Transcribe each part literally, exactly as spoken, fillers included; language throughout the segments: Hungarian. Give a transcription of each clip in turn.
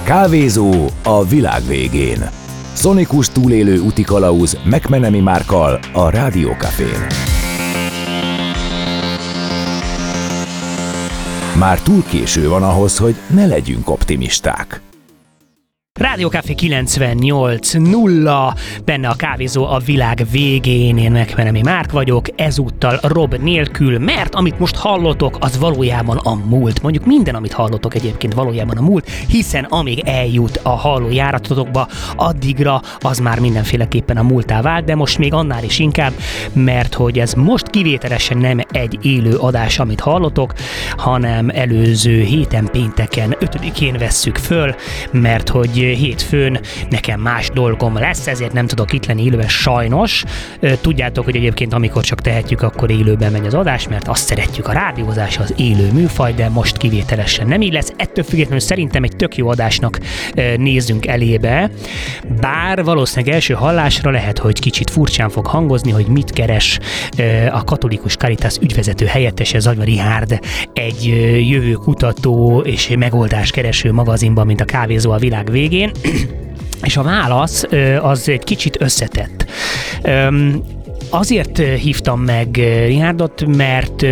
Kávézó a világ végén. Szonikus túlélő útikalauz McMenemy Márkkal a Rádió Cafén. Már túl késő van ahhoz, hogy ne legyünk optimisták. Rádió Café kilencvennyolc nulla, benne a kávézó a világ végén, én McMenemy Márk vagyok, ezúttal Rob nélkül, mert amit most hallotok, az valójában a múlt. Mondjuk minden, amit hallotok egyébként valójában a múlt, hiszen amíg eljut a halló járatotokba, addigra az már mindenféleképpen a múltá vált, de most még annál is inkább, mert hogy ez most kivételesen nem egy élő adás, amit hallotok, hanem előző héten pénteken ötödikén vesszük föl, mert hogy hétfőn nekem más dolgom lesz, ezért nem tudok itt lenni élőben sajnos. Tudjátok, hogy egyébként amikor csak tehetjük, akkor élőben megy az adás, mert azt szeretjük, a rádiózás az élő műfaj, de most kivételesen nem így lesz. Ettől függetlenül szerintem egy tök jó adásnak nézzünk elébe, bár valószínűleg első hallásra lehet, hogy kicsit furcsán fog hangozni, hogy mit keres a Katolikus Caritas ügyvezető helyettese Zagyva Richárd egy jövőkutató és megoldáskereső magazinban, mint a Kávézó a világ végén. És a válasz az egy kicsit összetett. Azért hívtam meg Richárdot, mert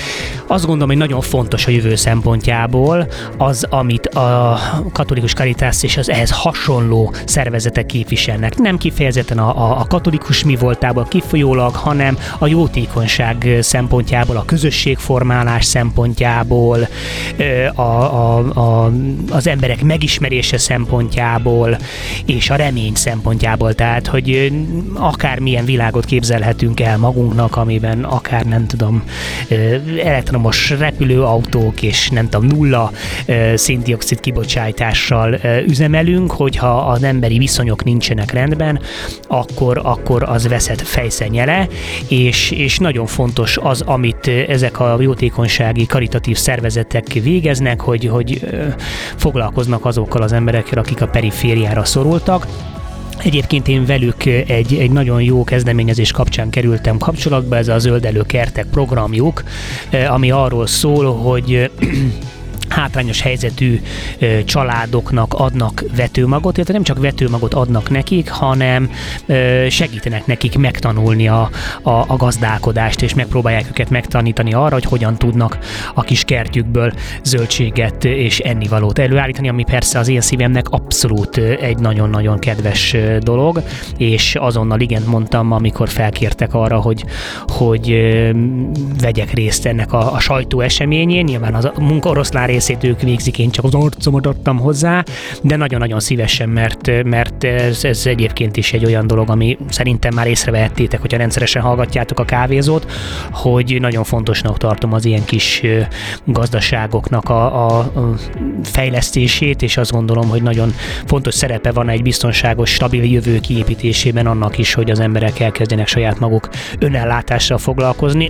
azt gondolom, hogy nagyon fontos a jövő szempontjából az, amit a Katolikus Caritas és az ehhez hasonló szervezetek képviselnek. Nem kifejezetten a, a, a katolikus mi voltából kifolyólag, hanem a jótékonyság szempontjából, a közösségformálás szempontjából, a, a, a, az emberek megismerése szempontjából, és a remény szempontjából. Tehát, hogy akármilyen világot képzelhetünk el magunknak, amiben akár nem tudom, elektromos repülőautók és nem tudom, nulla széndioxid kibocsátással üzemelünk, hogyha az emberi viszonyok nincsenek rendben, akkor, akkor az veszett fejszennyele, és, és nagyon fontos az, amit ezek a jótékonysági karitatív szervezetek végeznek, hogy, hogy foglalkoznak azokkal az emberekkel, akik a perifériára szorultak. Egyébként én velük egy, egy nagyon jó kezdeményezés kapcsán kerültem kapcsolatba, ez a Zöldelő Kertek programjuk, ami arról szól, hogy hátrányos helyzetű ö, családoknak adnak vetőmagot, illetve nem csak vetőmagot adnak nekik, hanem ö, segítenek nekik megtanulni a, a, a gazdálkodást, és megpróbálják őket megtanítani arra, hogy hogyan tudnak a kis kertjükből zöldséget és ennivalót előállítani, ami persze az én szívemnek abszolút egy nagyon-nagyon kedves dolog, és azonnal igent mondtam, amikor felkértek arra, hogy, hogy ö, vegyek részt ennek a, a sajtó eseményén. Nyilván az a munka oroszlán részét ők végzik, én csak az arcomat adtam hozzá, de nagyon-nagyon szívesen, mert, mert ez, ez egyébként is egy olyan dolog, ami szerintem már észrevehettétek, hogyha rendszeresen hallgatjátok a kávézót, hogy nagyon fontosnak tartom az ilyen kis gazdaságoknak a, a, a fejlesztését, és azt gondolom, hogy nagyon fontos szerepe van egy biztonságos, stabil jövő kiépítésében annak is, hogy az emberek elkezdenek saját maguk önellátással foglalkozni.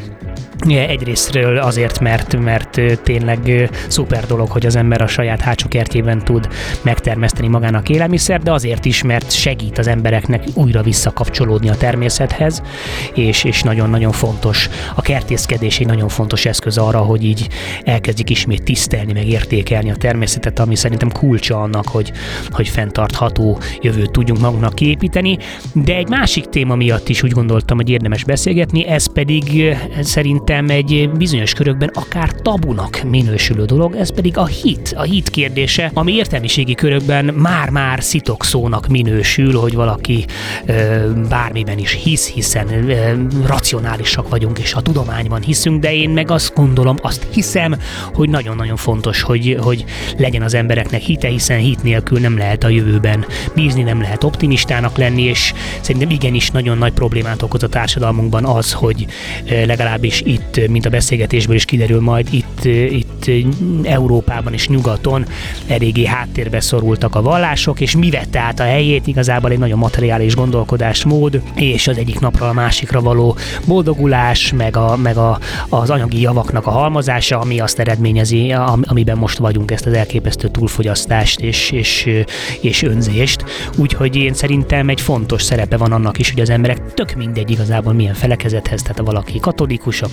Egyrésztről azért, mert, mert tényleg szuper dolog, hogy az ember a saját hátsó kertjében tud megtermeszteni magának élelmiszer, de azért is, mert segít az embereknek újra visszakapcsolódni a természethez, és, és nagyon-nagyon fontos. A kertészkedés egy nagyon fontos eszköz arra, hogy így elkezdik ismét tisztelni, meg értékelni a természetet, ami szerintem kulcsa annak, hogy, hogy fenntartható jövőt tudjunk magunknak kiépíteni. De egy másik téma miatt is úgy gondoltam, hogy érdemes beszélgetni, ez pedig szerintem egy bizonyos körökben akár tabunak minősülő dolog, ez pedig a hit, a hit kérdése, ami értelmiségi körökben már-már szitokszónak minősül, hogy valaki ö, bármiben is hisz, hiszen ö, racionálisak vagyunk, és a tudományban hiszünk, de én meg azt gondolom, azt hiszem, hogy nagyon-nagyon fontos, hogy, hogy legyen az embereknek hite, hiszen hit nélkül nem lehet a jövőben bízni, nem lehet optimistának lenni, és szerintem igenis nagyon nagy problémát okoz a társadalmunkban az, hogy ö, legalábbis itt, mint a beszélgetésből is kiderül majd, itt, itt Európában és nyugaton eléggé háttérbe szorultak a vallások, és mi vette át a helyét? Igazából egy nagyon materiális gondolkodásmód, és az egyik napra a másikra való boldogulás, meg, a, meg a, az anyagi javaknak a halmozása, ami azt eredményezi, amiben most vagyunk, ezt az elképesztő túlfogyasztást és, és, és önzést. Úgyhogy én szerintem egy fontos szerepe van annak is, hogy az emberek tök mindegy igazából milyen felekezethez, tehát ha valaki katolikus, akkor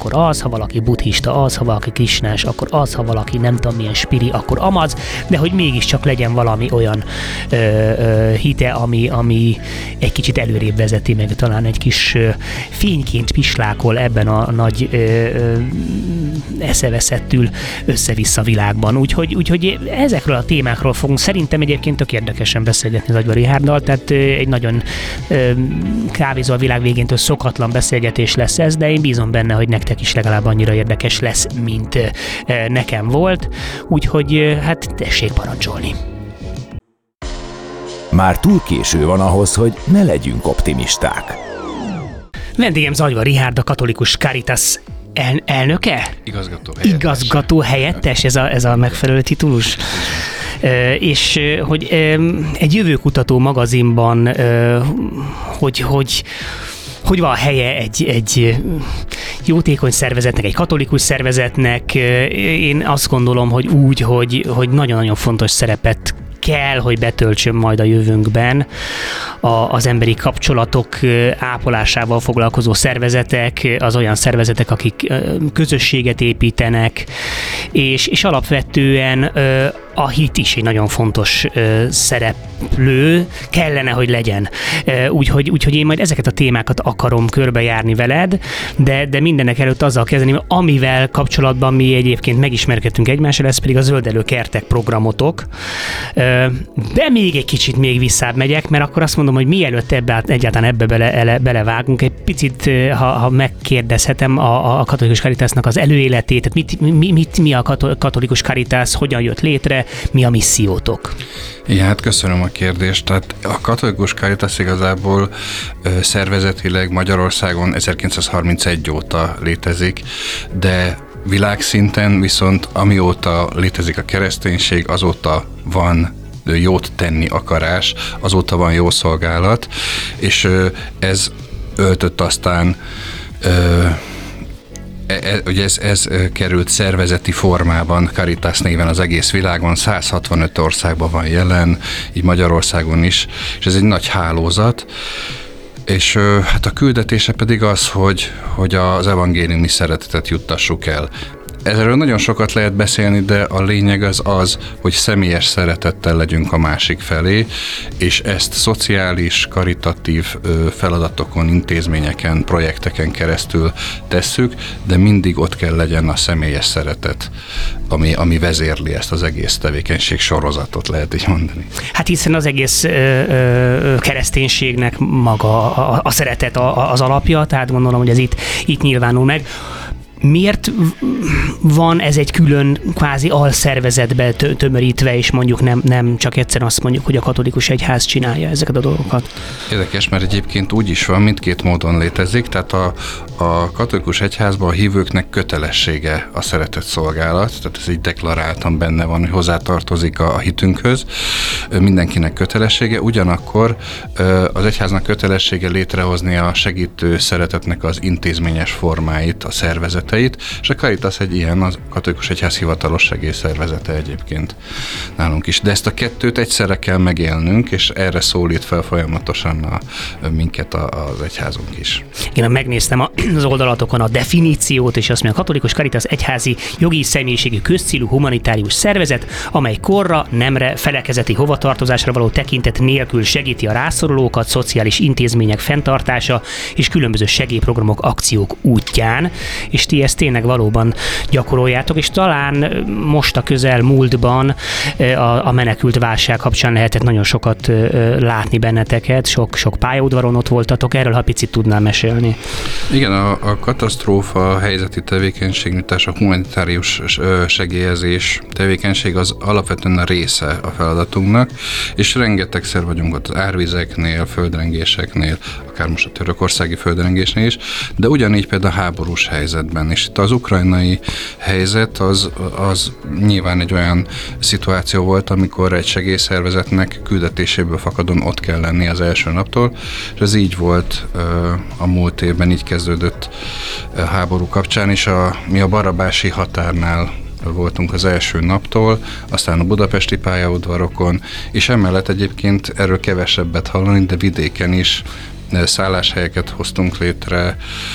akkor az, ha valaki buddhista az, ha valaki krisnás, akkor az, ha valaki nem tudom milyen spiri, akkor amaz, de hogy mégiscsak legyen valami olyan ö, ö, hite, ami, ami egy kicsit előrébb vezeti, meg talán egy kis ö, fényként pislákol ebben a nagy ö, ö, eszeveszettül össze-vissza világban. Úgyhogy, úgyhogy ezekről a témákról fogunk szerintem egyébként tök érdekesen beszélgetni az Agyva Richárddal, tehát egy nagyon ö, kávézó a világ végéntől szokatlan beszélgetés lesz ez, de én bízom benne, hogy nektek is legalább annyira érdekes lesz, mint ö, nekem volt. Úgyhogy ö, hát tessék parancsolni. Már túl késő van ahhoz, hogy ne legyünk optimisták. Vendégem Agyva Richárd, a Katolikus Caritas el- elnöke? Igazgató helyettes. Igazgató helyettes, ez a, ez a megfelelő titulus. Uh, és uh, hogy um, egy jövőkutató magazinban, uh, hogy, hogy hogy van a helye egy, egy jótékony szervezetnek, egy katolikus szervezetnek. Én azt gondolom, hogy úgy, hogy, hogy nagyon-nagyon fontos szerepet kell, hogy betöltsön majd a jövőnkben a, az emberi kapcsolatok ápolásával foglalkozó szervezetek, az olyan szervezetek, akik közösséget építenek, és, és alapvetően a hit is egy nagyon fontos szereplő kellene, hogy legyen. Úgyhogy, úgyhogy én majd ezeket a témákat akarom körbejárni veled, de, de mindenek előtt azzal kezdeném, amivel kapcsolatban mi egyébként megismerkedtünk egymással, ez pedig a Zöldelő Kertek programotok. De még egy kicsit még visszább megyek, mert akkor azt mondom, hogy mielőtt ebbe, egyáltalán ebbe bele, ele, belevágunk, egy picit, ha, ha megkérdezhetem a, a Katolikus Caritasnak az előéletét, tehát mit, mi, mit, mi a Katolikus Caritas, hogyan jött létre, mi a missziótok? Igen, hát köszönöm a kérdést. Tehát a Katolikus Caritas igazából ö, szervezetileg Magyarországon ezerkilencszázharmincegy óta létezik, de világszinten viszont amióta létezik a kereszténység, azóta van jót tenni akarás, azóta van jó szolgálat, és ö, ez öltött aztán ö, Ugye ez, ez került szervezeti formában, Caritas néven az egész világon, száz hatvanöt országban van jelen, így Magyarországon is, és ez egy nagy hálózat, és hát a küldetése pedig az, hogy, hogy az evangéliumi szeretetet juttassuk el. Ezzel nagyon sokat lehet beszélni, de a lényeg az az, hogy személyes szeretettel legyünk a másik felé, és ezt szociális, karitatív feladatokon, intézményeken, projekteken keresztül tesszük, de mindig ott kell legyen a személyes szeretet, ami, ami vezérli ezt az egész tevékenység sorozatot, lehet így mondani. Hát hiszen az egész ö, ö, kereszténységnek maga a, a szeretet a, az alapja, tehát gondolom, hogy ez itt, itt nyilvánul meg. Miért van ez egy külön kvázi alszervezetbe tömörítve, és mondjuk nem, nem csak egyszerűen azt mondjuk, hogy a katolikus egyház csinálja ezeket a dolgokat? Érdekes, mert egyébként úgy is van, mindkét módon létezik, tehát a, a katolikus egyházban a hívőknek kötelessége a szeretett szolgálat, tehát ez így deklaráltan benne van, hogy hozzátartozik a, a hitünkhöz, mindenkinek kötelessége, ugyanakkor az egyháznak kötelessége létrehozni a segítő szeretetnek az intézményes formáit, a szervezet, és a Caritas egy ilyen, a Katolikus Egyház hivatalos segélyszervezete egyébként nálunk is. De ezt a kettőt egyszerre kell megélnünk, és erre szólít fel folyamatosan a, minket a, az egyházunk is. Én megnéztem az oldalatokon a definíciót, és azt mondja, a Katolikus Caritas egyházi jogi személyiségű közcélú humanitárius szervezet, amely korra, nemre, felekezeti hovatartozásra való tekintet nélkül segíti a rászorulókat, szociális intézmények fenntartása és különböző segélyprogramok, akciók útján, és ti ezt tényleg valóban gyakoroljátok, és talán most a közelmúltban a, a menekült válság kapcsán lehetett nagyon sokat látni benneteket, sok, sok pályaudvaron ott voltatok, erről ha picit tudnál mesélni. Igen, a, a katasztrófa helyzeti tevékenységnyújtás, a humanitárius segélyezés tevékenység az alapvetően a része a feladatunknak, és rengetegszer vagyunk ott az árvizeknél, földrengéseknél, akár most a törökországi földrengésnél is, de ugyanígy például a háborús helyzetben. És itt az ukrajnai helyzet az, az nyilván egy olyan szituáció volt, amikor egy segélyszervezetnek küldetéséből fakadóan ott kell lenni az első naptól, és ez így volt a múlt évben, így kezdődött a háború kapcsán, és a, mi a barabási határnál voltunk az első naptól, aztán a budapesti pályaudvarokon, és emellett egyébként erről kevesebbet hallani, de vidéken is szálláshelyeket hoztunk létre,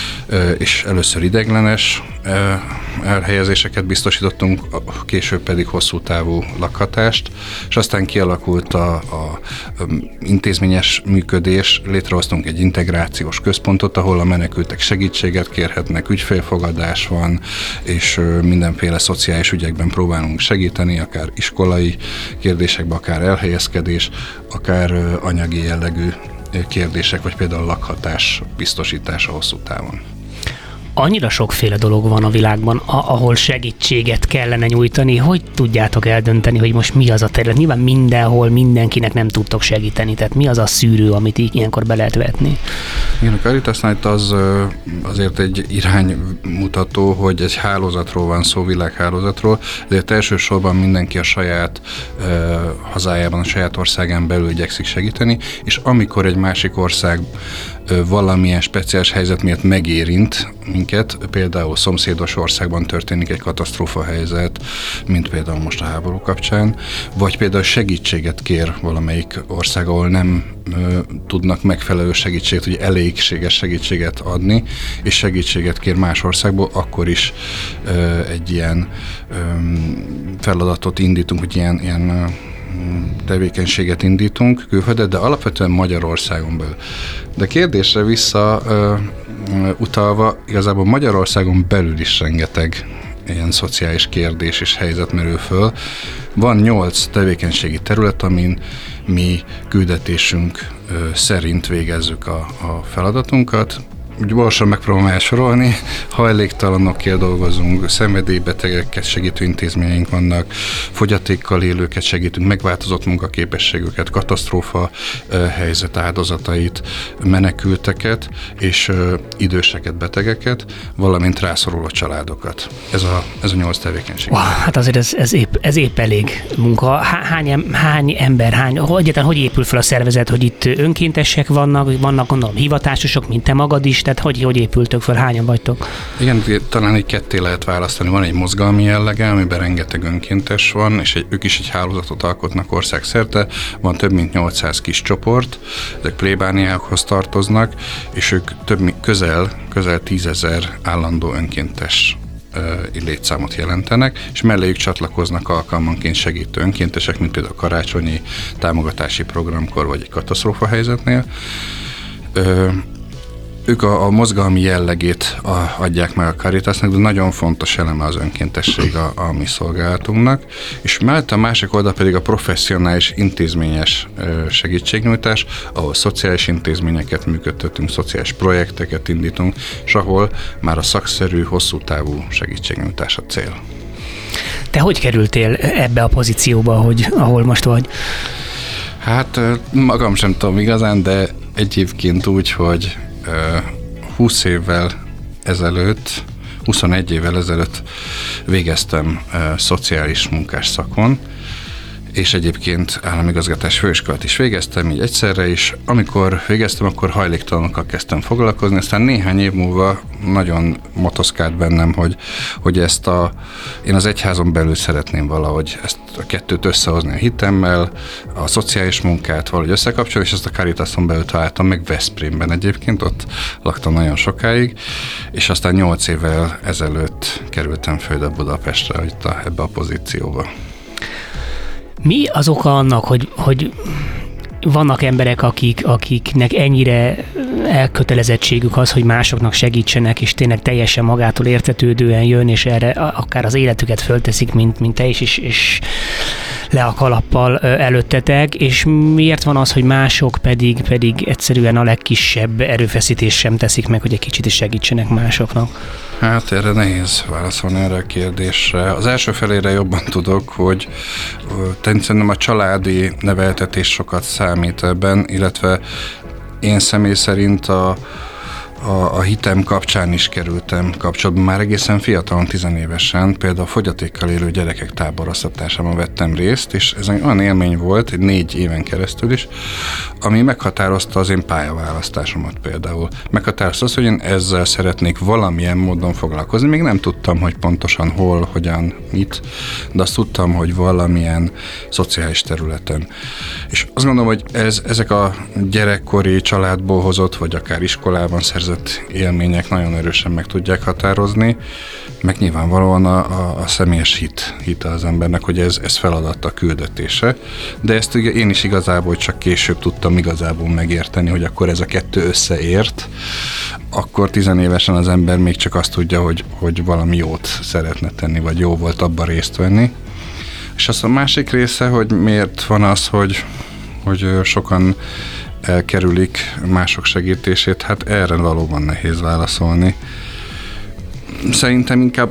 és először ideiglenes elhelyezéseket biztosítottunk, később pedig hosszú távú lakhatást, és aztán kialakult a, a intézményes működés, létrehoztunk egy integrációs központot, ahol a menekültek segítséget kérhetnek, ügyfélfogadás van, és mindenféle szociális ügyekben próbálunk segíteni, akár iskolai kérdésekben, akár elhelyezkedés, akár anyagi jellegű kérdések, vagy például lakhatás biztosítása hosszú távon. Annyira sokféle dolog van a világban, ahol segítséget kellene nyújtani. Hogy tudjátok eldönteni, hogy most mi az a terület? Nyilván mindenhol, mindenkinek nem tudtok segíteni, tehát mi az a szűrő, amit így ilyenkor be lehet vetni? Igen, a Caritasnál az azért egy iránymutató, hogy egy hálózatról van szó, világhálózatról, ezért elsősorban mindenki a saját uh, hazájában, a saját országán belül igyekszik segíteni, és amikor egy másik ország uh, valamilyen speciális helyzet miatt megérint minket, például szomszédos országban történik egy katasztrófa helyzet, mint például most a háború kapcsán, vagy például segítséget kér valamelyik ország, ahol nem ö, tudnak megfelelő segítséget, hogy elégséges segítséget adni, és segítséget kér más országból, akkor is ö, egy ilyen ö, feladatot indítunk, hogy ilyen, ilyen ö, tevékenységet indítunk külföldön, de alapvetően Magyarországon belül. De kérdésre vissza ö, utalva, igazából Magyarországon belül is rengeteg ilyen szociális kérdés és helyzet merül föl. Van nyolc tevékenységi terület, amin mi küldetésünk szerint végezzük a, a feladatunkat. Úgy gyorsan megpróbálom elsorolni, hajléktalanokért dolgozunk, szenvedélybetegeket segítő intézményeink vannak, fogyatékkal élőket segítünk, megváltozott munkaképességüket, katasztrófa helyzet áldozatait, menekülteket és időseket, betegeket, valamint rászoruló családokat. Ez a, ez a nyolc tevékenység. Wow, hát azért ez, ez, épp, ez épp elég munka. Hány, hány ember, hány, hogy, hogy épül fel a szervezet, hogy itt önkéntesek vannak, vannak gondolom hivatásosok, mint te magad is, tehát hogy, hogy épültök fel, hányan vagytok? Igen, talán egy ketté lehet választani. Van egy mozgalmi jellege, amiben rengeteg önkéntes van, és egy, ők is egy hálózatot alkotnak országszerte. Van több mint nyolcszáz kis csoport, ezek plébániákhoz tartoznak, és ők több mint közel, közel tízezer állandó önkéntes létszámot jelentenek, és melléjük csatlakoznak alkalmanként segítő önkéntesek, mint például a karácsonyi támogatási programkor, vagy egy katasztrófa helyzetnél. Ők a, a mozgalmi jellegét a, adják meg a Caritasnak, de nagyon fontos eleme az önkéntesség a, a mi szolgálatunknak, és mellett a másik oldal pedig a professzionális intézményes segítségnyújtás, ahol szociális intézményeket működtetünk, szociális projekteket indítunk, és ahol már a szakszerű, hosszú távú segítségnyújtás a cél. Te hogy kerültél ebbe a pozícióba, hogy, ahol most vagy? Hát magam sem tudom igazán, de egyébként úgy, hogy húsz évvel ezelőtt, huszonegy évvel ezelőtt végeztem uh, szociális munkás szakon, és egyébként államigazgatás főiskolát is végeztem, így egyszerre is. Amikor végeztem, akkor hajléktalanokkal kezdtem foglalkozni, aztán néhány év múlva nagyon motoszkált bennem, hogy, hogy ezt a, én az egyházon belül szeretném valahogy ezt a kettőt összehozni a hitemmel, a szociális munkát valahogy összekapcsolni, és ezt a Caritason belül találtam meg Veszprémben egyébként, ott laktam nagyon sokáig, és aztán nyolc évvel ezelőtt kerültem föl Budapestre itt a, ebbe a pozícióba. Mi az oka annak, hogy, hogy vannak emberek, akik, akiknek ennyire elkötelezettségük az, hogy másoknak segítsenek, és tényleg teljesen magától értetődően jön, és erre akár az életüket fölteszik, mint, mint te is, és, és le a kalappal előttetek, és miért van az, hogy mások pedig, pedig egyszerűen a legkisebb erőfeszítést sem teszik meg, hogy egy kicsit is segítsenek másoknak? Hát erre nehéz válaszolni erre a kérdésre. Az első felére jobban tudok, hogy szerintem a családi neveltetés sokat számít ebben, illetve én személy szerint a, a, a hitem kapcsán is kerültem kapcsolatban. Már egészen fiatalon, tizenévesen, például a fogyatékkal élő gyerekek táboroztatásában vettem részt, és ez egy olyan élmény volt, egy négy éven keresztül is, ami meghatározta az én pályaválasztásomat például. Meghatározta azt, hogy én ezzel szeretnék valamilyen módon foglalkozni. Még nem tudtam, hogy pontosan hol, hogyan, mit, de azt tudtam, hogy valamilyen szociális területen. És azt gondolom, hogy ez, ezek a gyerekkori családból hozott, vagy akár iskolában szerzett élmények nagyon erősen meg tudják határozni, meg nyilvánvalóan a, a, a személyes hit, hite az embernek, hogy ez, ez feladata, küldetése. De ezt én is igazából csak később tudtam igazából megérteni, hogy akkor ez a kettő összeért. Akkor tizenévesen az ember még csak azt tudja, hogy, hogy valami jót szeretne tenni, vagy jó volt abban részt venni. És az a másik része, hogy miért van az, hogy, hogy sokan elkerülik mások segítését, hát erre valóban nehéz válaszolni. Szerintem inkább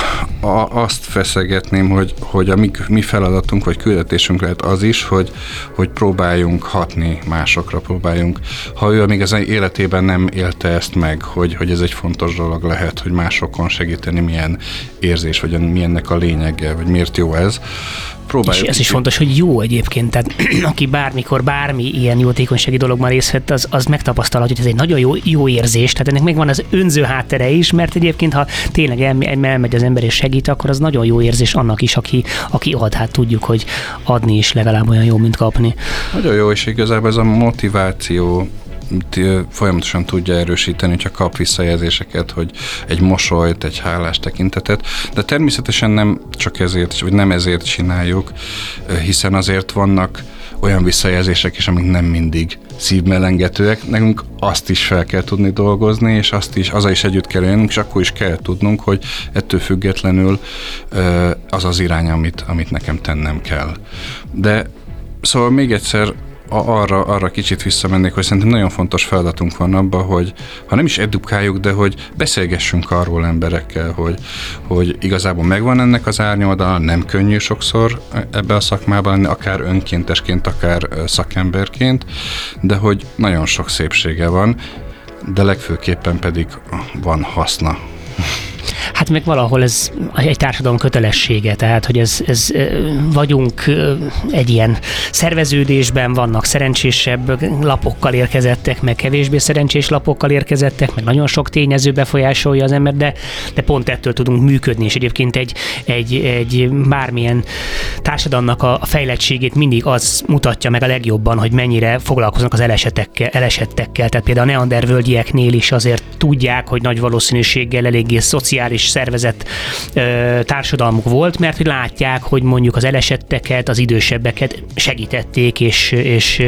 a, azt feszegetném, hogy, hogy a mi, mi feladatunk vagy küldetésünk lehet az is, hogy, hogy próbáljunk hatni másokra, próbáljunk, ha ő még az életében nem élte ezt meg, hogy, hogy ez egy fontos dolog lehet, hogy másokon segíteni, milyen érzés, vagy milyennek a lényege, vagy miért jó ez. És ez is fontos, hogy jó egyébként, tehát aki bármikor bármi ilyen jótékonysági dologban részt vett, az, az megtapasztalhat, hogy ez egy nagyon jó, jó érzés, tehát ennek megvan az önző háttere is, mert egyébként, ha tényleg el, elmegy az ember és segít, akkor az nagyon jó érzés annak is, aki, aki ad, hát tudjuk, hogy adni is legalább olyan jó, mint kapni. Nagyon jó, és igazából ez a motiváció folyamatosan tudja erősíteni, csak kap visszajelzéseket, hogy egy mosolyt, egy hálás tekintetet, de természetesen nem csak ezért, vagy nem ezért csináljuk, hiszen azért vannak olyan visszajelzések is, amik nem mindig szívmelengetőek. Nekünk azt is fel kell tudni dolgozni, és azt is, azzal is együtt kell élnünk, és akkor is kell tudnunk, hogy ettől függetlenül az az irány, amit, amit nekem tennem kell. De szóval még egyszer arra, arra kicsit visszamennék, hogy szerintem nagyon fontos feladatunk van abban, hogy ha nem is edukáljuk, de hogy beszélgessünk arról emberekkel, hogy, hogy igazából megvan ennek az árnyoldala, nem könnyű sokszor ebbe a szakmában lenni, akár önkéntesként, akár szakemberként, de hogy nagyon sok szépsége van, de legfőképpen pedig van haszna. Hát meg valahol ez egy társadalom kötelessége, tehát hogy ez, ez vagyunk egy ilyen szerveződésben, vannak szerencsésebb lapokkal érkezettek, meg kevésbé szerencsés lapokkal érkezettek, meg nagyon sok tényező befolyásolja az ember, de, de pont ettől tudunk működni, és egyébként egy, egy, egy bármilyen társadalomnak a fejlettségét mindig az mutatja meg a legjobban, hogy mennyire foglalkoznak az elesettekkel, elesettekkel. Tehát például a neandervölgyieknél is azért tudják, hogy nagy valószínűséggel eléggé szociális szervezett ö, társadalmuk volt, mert hogy látják, hogy mondjuk az elesetteket, az idősebbeket segítették és, és,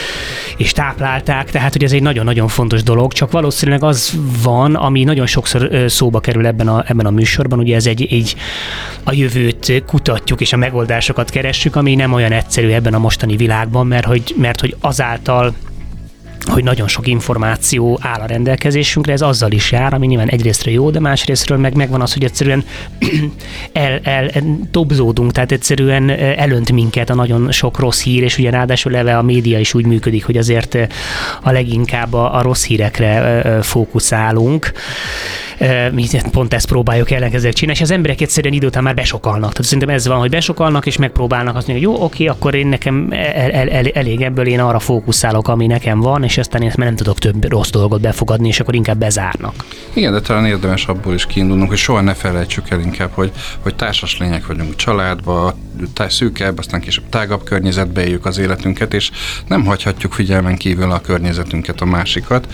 és táplálták, tehát hogy ez egy nagyon-nagyon fontos dolog, csak valószínűleg az van, ami nagyon sokszor szóba kerül ebben a, ebben a műsorban, ugye ez egy, egy a jövőt kutatjuk és a megoldásokat keressük, ami nem olyan egyszerű ebben a mostani világban, mert hogy, mert hogy azáltal, hogy nagyon sok információ áll a rendelkezésünkre, ez azzal is jár, ami nyilván egyrésztről jó, de másrésztről meg megvan az, hogy egyszerűen el, el, el dobzódunk, tehát egyszerűen elönt minket a nagyon sok rossz hír, és ugye ráadásul eleve a média is úgy működik, hogy azért a leginkább a, a rossz hírekre fókuszálunk. Mi pont ezt próbáljuk ellenkezőleg csinálni, és az emberek egyszerűen idő után már besokalnak. Tehát szerintem ez van, hogy besokalnak, és megpróbálnak azt mondani, hogy jó, oké, akkor én nekem el, el, el, elég ebből, én arra fókuszálok, ami nekem van, és aztán én nem tudok több rossz dolgot befogadni, és akkor inkább bezárnak. Igen, de talán érdemes abból is kiindulnunk, hogy soha ne felejtsük el inkább, hogy, hogy társas lények vagyunk családba, szűkebb, aztán később tágabb környezetbe éljük az életünket, és nem hagyhatjuk figyelmen kívül a környezetünket, a másikat.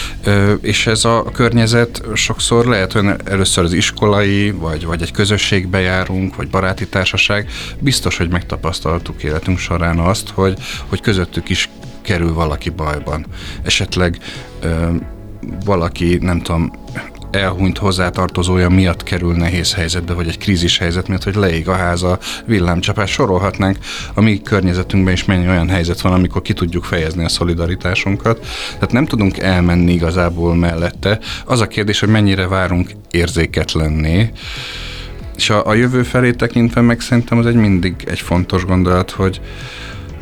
És ez a környezet sokszor lehet, hogy először az iskolai, vagy, vagy egy közösségbe járunk, vagy baráti társaság, biztos, hogy megtapasztaltuk életünk során azt, hogy, hogy közöttük is kerül valaki bajban. Esetleg ö, valaki, nem tudom, elhunyt hozzátartozója miatt kerül nehéz helyzetbe, vagy egy krízis helyzet miatt, hogy leég a háza, villámcsapás, sorolhatnánk. A mi környezetünkben is mennyi olyan helyzet van, amikor ki tudjuk fejezni a szolidaritásunkat. Tehát nem tudunk elmenni igazából mellette. Az a kérdés, hogy mennyire várunk érzéketlenné. És a, a jövő felé tekintve meg szerintem az egy mindig egy fontos gondolat, hogy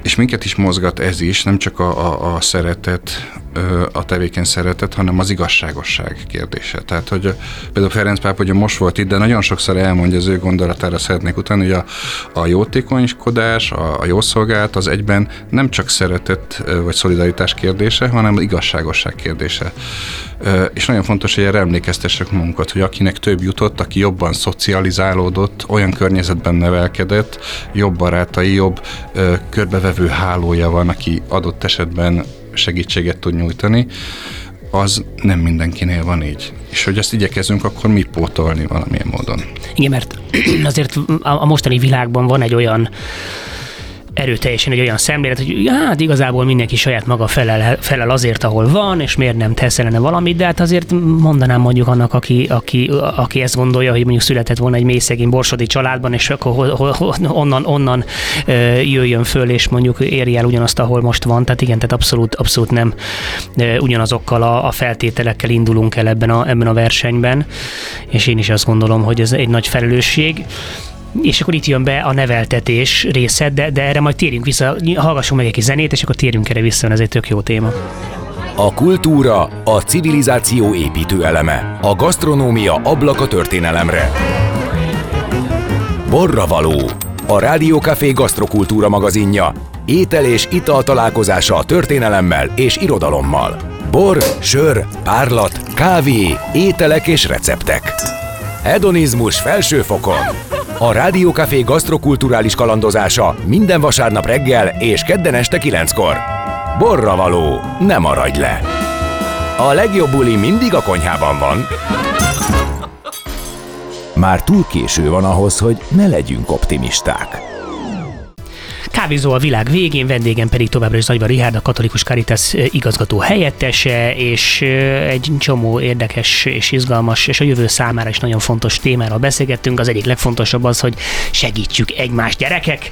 És minket is mozgat ez is, nem csak a, a, a szeretet, a tevékeny szeretet, hanem az igazságosság kérdése. Tehát, hogy például Ferenc pápa ugye most volt itt, de nagyon sokszor elmondja, az ő gondolatára szeretnék utána, hogy a, a jótékonykodás, a, a jószolgálat az egyben nem csak szeretet vagy szolidaritás kérdése, hanem az igazságosság kérdése. És nagyon fontos, hogy erre emlékeztessek magunkat, hogy akinek több jutott, aki jobban szocializálódott, olyan környezetben nevelkedett, jobb barátai, jobb körbevevő hálója van, aki adott esetben segítséget tud nyújtani, az nem mindenkinél van így. És hogy ezt igyekezünk akkor mi pótolni valamilyen módon. Igen, mert azért a mostani világban van egy olyan erőteljesen egy olyan szemlélet, hogy hát igazából mindenki saját maga felel, felel azért, ahol van, és miért nem tesz ellene valamit, de hát azért mondanám mondjuk annak, aki, aki, aki ezt gondolja, hogy mondjuk született volna egy mély szegény borsodi családban, és akkor onnan, onnan jöjjön föl, és mondjuk érje el ugyanazt, ahol most van. Tehát igen, tehát abszolút, abszolút nem ugyanazokkal a, a feltételekkel indulunk el ebben a, ebben a versenyben, és én is azt gondolom, hogy ez egy nagy felelősség. És akkor itt jön be a neveltetés része, de, de erre majd térjünk vissza, hallgassunk meg egy kis zenét, és akkor térjünk erre vissza, ez egy tök jó téma. A kultúra a civilizáció építő eleme, a gasztronómia ablak a történelemre. Borravaló, a Rádió Café gasztrokultúra magazinja, étel és ital találkozása a történelemmel és irodalommal. Bor, sör, párlat, kávé, ételek és receptek. Hedonizmus felső fokon. A Rádió Café gasztrokulturális kalandozása minden vasárnap reggel és kedden este kilenckor. Borravaló, ne maradj le! A legjobb buli mindig a konyhában van. Már túl késő van ahhoz, hogy ne legyünk optimisták. Kávézó a világ végén, vendégem pedig továbbra is Zagyva Richárd, a Katolikus Caritas igazgató helyettese, és egy csomó érdekes és izgalmas, és a jövő számára is nagyon fontos témáról beszélgettünk. Az egyik legfontosabb az, hogy segítsük egymást, gyerekek,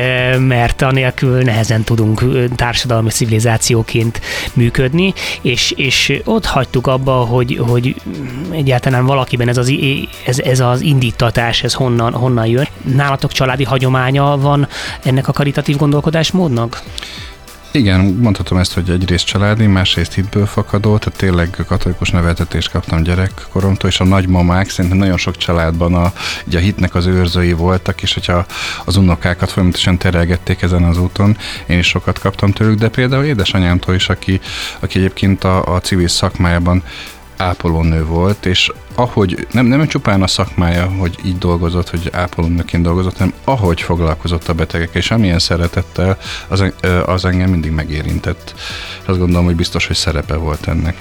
mert anélkül nehezen tudunk társadalmi civilizációként működni, és, és ott hagytuk abba, hogy, hogy egyáltalán valakiben ez az, ez, ez az indítatás, ez honnan, honnan jön. Nálatok családi hagyománya van ennek a karitatív gondolkodásmódnak? Igen, mondhatom ezt, hogy egyrészt családi, másrészt hitből fakadó, tehát tényleg katolikus neveltetést kaptam gyerekkoromtól, és a nagymamák szerintem nagyon sok családban a, ugye a hitnek az őrzői voltak, és hogyha az unokákat folyamatosan terelgették ezen az úton, én is sokat kaptam tőlük, de például édesanyámtól is, aki, aki egyébként a, a civil szakmájában ápolónő volt, és ahogy, nem, nem csupán a szakmája, hogy így dolgozott, hogy ápolónőként dolgozott, hanem ahogy foglalkozott a betegekkel, és amilyen szeretettel, az, az engem mindig megérintett. És azt gondolom, hogy biztos, hogy szerepe volt ennek.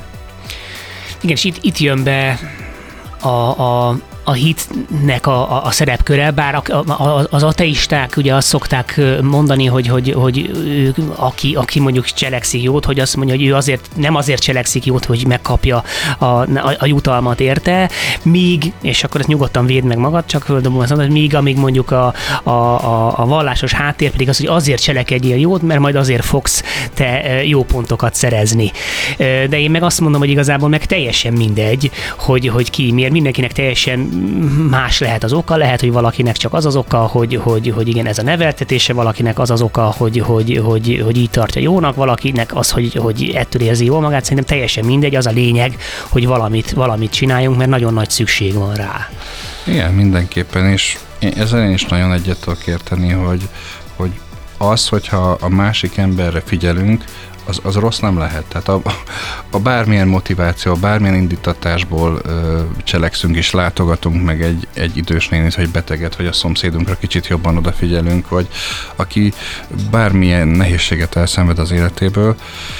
Igen, és itt, itt jön be a, a, a hitnek a, a, a szerepköre, bár a, a, az ateisták ugye azt szokták mondani, hogy, hogy, hogy ő, aki, aki mondjuk cselekszik jót, hogy azt mondja, hogy ő azért, nem azért cselekszik jót, hogy megkapja a, a, a jutalmat érte, míg, és akkor ezt nyugodtan védd meg magad, csak földobom azt mondani, hogy míg amíg mondjuk a, a, a, a vallásos háttér pedig az, hogy azért cselekedjél jót, mert majd azért fogsz te jó pontokat szerezni. De én meg azt mondom, hogy igazából meg teljesen mindegy, hogy, hogy ki miért, mindenkinek teljesen más lehet az oka, lehet, hogy valakinek csak az az oka, hogy, hogy, hogy igen, ez a neveltetése, valakinek az az oka, hogy, hogy, hogy, hogy így tartja jónak, valakinek az, hogy, hogy ettől érzi jól magát, szerintem teljesen mindegy, az a lényeg, hogy valamit, valamit csináljunk, mert nagyon nagy szükség van rá. Igen, mindenképpen, és ezzel én is nagyon egyet tudok érteni, hogy, hogy az, hogyha a másik emberre figyelünk, Az, az rossz nem lehet. Tehát a, a bármilyen motiváció, bármilyen indítatásból ö, cselekszünk és látogatunk meg egy, egy idős nénit, vagy beteget, vagy a szomszédunkra kicsit jobban odafigyelünk, vagy aki bármilyen nehézséget elszenved az életéből,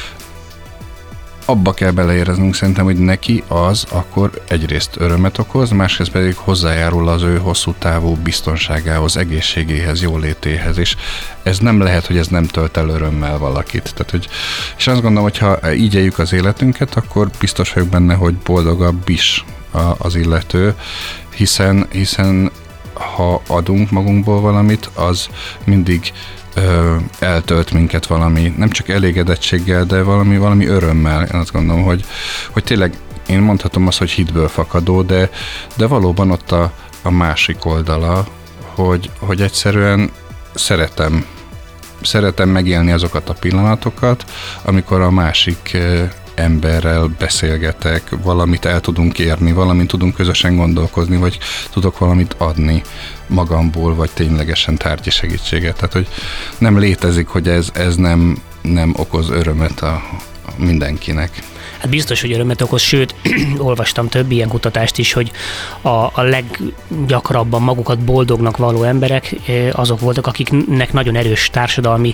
abba kell beleéreznünk szerintem, hogy neki az akkor egyrészt örömet okoz, másrészt pedig hozzájárul az ő hosszú távú biztonságához, egészségéhez, jólétéhez, és ez nem lehet, hogy ez nem tölt el örömmel valakit. Tehát, hogy, és azt gondolom, hogy ha így éljük az életünket, akkor biztos vagyok benne, hogy boldogabb is az illető, hiszen, hiszen ha adunk magunkból valamit, az mindig Ö, eltölt minket valami, nem csak elégedettséggel, de valami, valami örömmel. Én azt gondolom, hogy, hogy tényleg én mondhatom azt, hogy hitből fakadó, de, de valóban ott a, a másik oldala, hogy, hogy egyszerűen szeretem szeretem megélni azokat a pillanatokat, amikor a másik emberrel beszélgetek, valamit el tudunk érni, valamit tudunk közösen gondolkozni, vagy tudok valamit adni magamból, vagy ténylegesen tárgyi segítséget. Tehát, hogy nem létezik, hogy ez, ez nem, nem okoz örömet a, a mindenkinek. Hát biztos, hogy örömet okoz, sőt, olvastam több ilyen kutatást is, hogy a, a leggyakrabban magukat boldognak való emberek azok voltak, akiknek nagyon erős társadalmi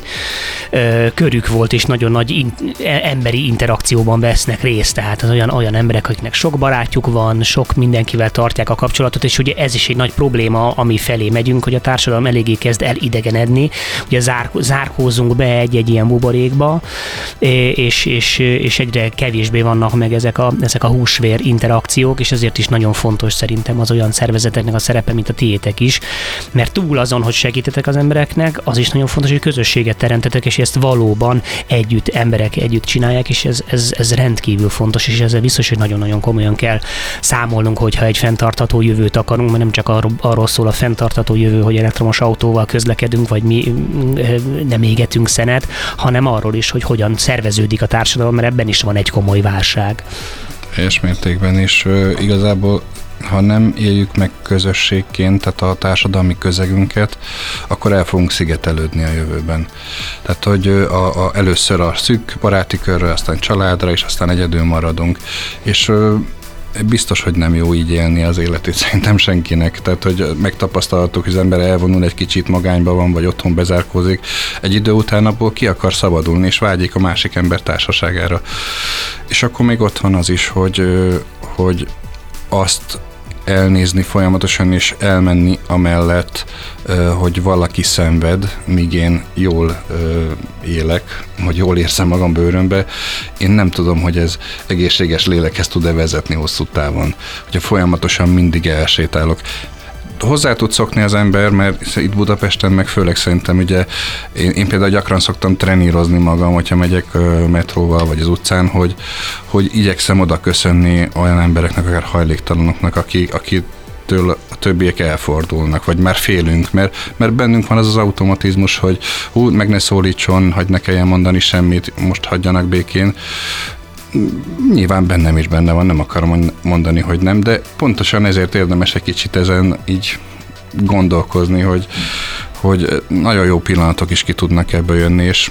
ö, körük volt, és nagyon nagy in, emberi interakcióban vesznek részt. Tehát az olyan, olyan emberek, akiknek sok barátjuk van, sok mindenkivel tartják a kapcsolatot, és ugye ez is egy nagy probléma, ami felé megyünk, hogy a társadalom eléggé kezd elidegenedni. Ugye zár, zárkózunk be egy-egy ilyen buborékba, és, és, és egyre kevésbé vannak meg ezek a, ezek a húsvér interakciók, és ezért is nagyon fontos szerintem az olyan szervezeteknek a szerepe, mint a tiétek is, mert túl azon, hogy segítetek az embereknek, az is nagyon fontos, hogy közösséget teremtetek, és ezt valóban együtt, emberek együtt csinálják, és ez, ez, ez rendkívül fontos, és ezzel biztos, hogy nagyon-nagyon komolyan kell számolnunk, hogyha egy fenntartható jövőt akarunk, mert nem csak arról, arról szól a fenntartható jövő, hogy elektromos autóval közlekedünk, vagy mi nem égetünk szenet, hanem arról is, hogy hogyan szerveződik a társadalom, mert ebben is van egy komoly válság. Teljes mértékben, és uh, igazából ha nem éljük meg közösségként, tehát a társadalmi közegünket, akkor el fogunk szigetelődni a jövőben. Tehát, hogy a, a, először a szűk baráti körre, aztán családra, és aztán egyedül maradunk. És uh, biztos, hogy nem jó így élni az életét szerintem senkinek. Tehát, hogy megtapasztaltuk, hogy az ember elvonul, egy kicsit magányba van, vagy otthon bezárkózik. Egy idő után abból ki akar szabadulni, és vágyik a másik ember társaságára. És akkor még ott van az is, hogy, hogy azt elnézni folyamatosan, és elmenni amellett, hogy valaki szenved, míg én jól élek, hogy jól érzem magam bőrömbe. Én nem tudom, hogy ez egészséges lélekhez tud-e vezetni hosszú távon. Hogyha folyamatosan mindig elsétálok. Hozzá tud szokni az ember, mert itt Budapesten meg főleg szerintem ugye én, én például gyakran szoktam trenírozni magam, hogyha megyek metróval vagy az utcán, hogy, hogy igyekszem oda köszönni olyan embereknek, akár hajléktalanoknak, akik, akitől a többiek elfordulnak, vagy már félünk, mert, mert bennünk van az az automatizmus, hogy hú, meg ne szólítson, hagyd ne kelljen mondani semmit, most hagyjanak békén. Nyilván bennem is benne van, nem akarom mondani, hogy nem, de pontosan ezért érdemes egy kicsit ezen így gondolkozni, hogy, hogy nagyon jó pillanatok is ki tudnak ebből jönni, és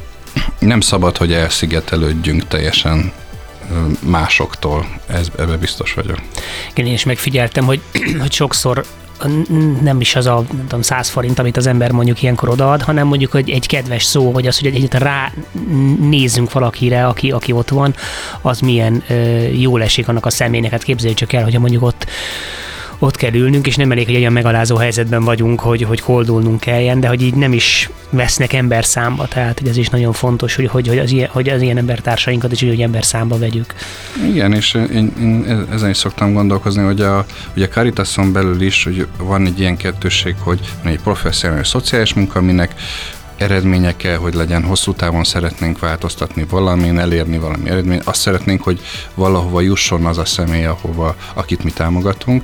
nem szabad, hogy elszigetelődjünk teljesen másoktól, ez, ebbe biztos vagyok. Igen, én is megfigyeltem, hogy, hogy sokszor nem is az a nem tudom, száz forint, amit az ember mondjuk ilyenkor odaad, hanem mondjuk hogy egy kedves szó, vagy az, hogy egyáltalán rá nézzünk valakire, aki, aki ott van, az milyen ö, jól esik annak a személynek. Hát képzeljük csak el, hogyha mondjuk ott ott kell ülnünk, és nem elég, hogy olyan megalázó helyzetben vagyunk, hogy, hogy koldulnunk kelljen, de hogy így nem is vesznek ember számba, tehát hogy ez is nagyon fontos, hogy, hogy, hogy, az, ilyen, hogy az ilyen embertársainkat is úgy ember számba vegyük. Igen, és én, én ezen is szoktam gondolkozni, hogy a, ugye a Caritason belül is hogy van egy ilyen kettősség, hogy van egy professzionális szociális munka, aminek eredménye kell, hogy legyen, hosszú távon szeretnénk változtatni valamin, elérni valami eredményt, azt szeretnénk, hogy valahova jusson az a személy, ahova, akit mi támogatunk,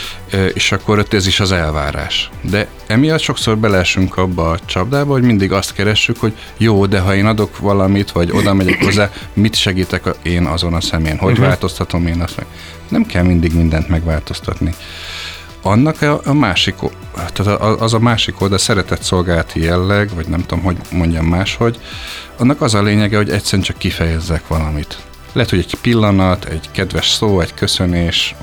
és akkor ez is az elvárás. De emiatt sokszor beleesünk abba a csapdába, hogy mindig azt keressük, hogy jó, de ha én adok valamit, vagy oda megyek hozzá, mit segítek én azon a személyen, hogy uh-huh. változtatom én azt meg. Nem kell mindig mindent megváltoztatni. Annak a, a másik, tehát az a másik oldal, szeretett szolgálati jelleg, vagy nem tudom, hogy mondjam máshogy, annak az a lényege, hogy egyszerűen csak kifejezzek valamit. Lehet, hogy egy pillanat, egy kedves szó, egy köszönés.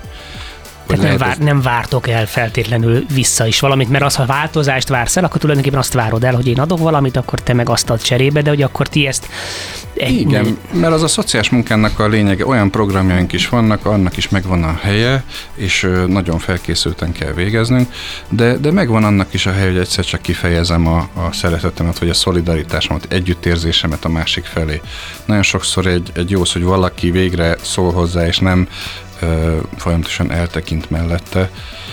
Tehát nem, vár, nem vártok el feltétlenül vissza is valamit, mert az, ha változást vársz el, akkor tulajdonképpen azt várod el, hogy én adok valamit, akkor te meg azt ad cserébe, de hogy akkor ti ezt... Igen, mert az a szociális munkának a lényege, olyan programjaink is vannak, annak is megvan a helye, és nagyon felkészülten kell végeznünk, de, de megvan annak is a helye, hogy egyszer csak kifejezem a, a szeretetemet, vagy a szolidaritásomat, együttérzésemet a másik felé. Nagyon sokszor egy, egy jó, hogy valaki végre szól hozzá, és nem ö, folyamatosan eltekint mellette,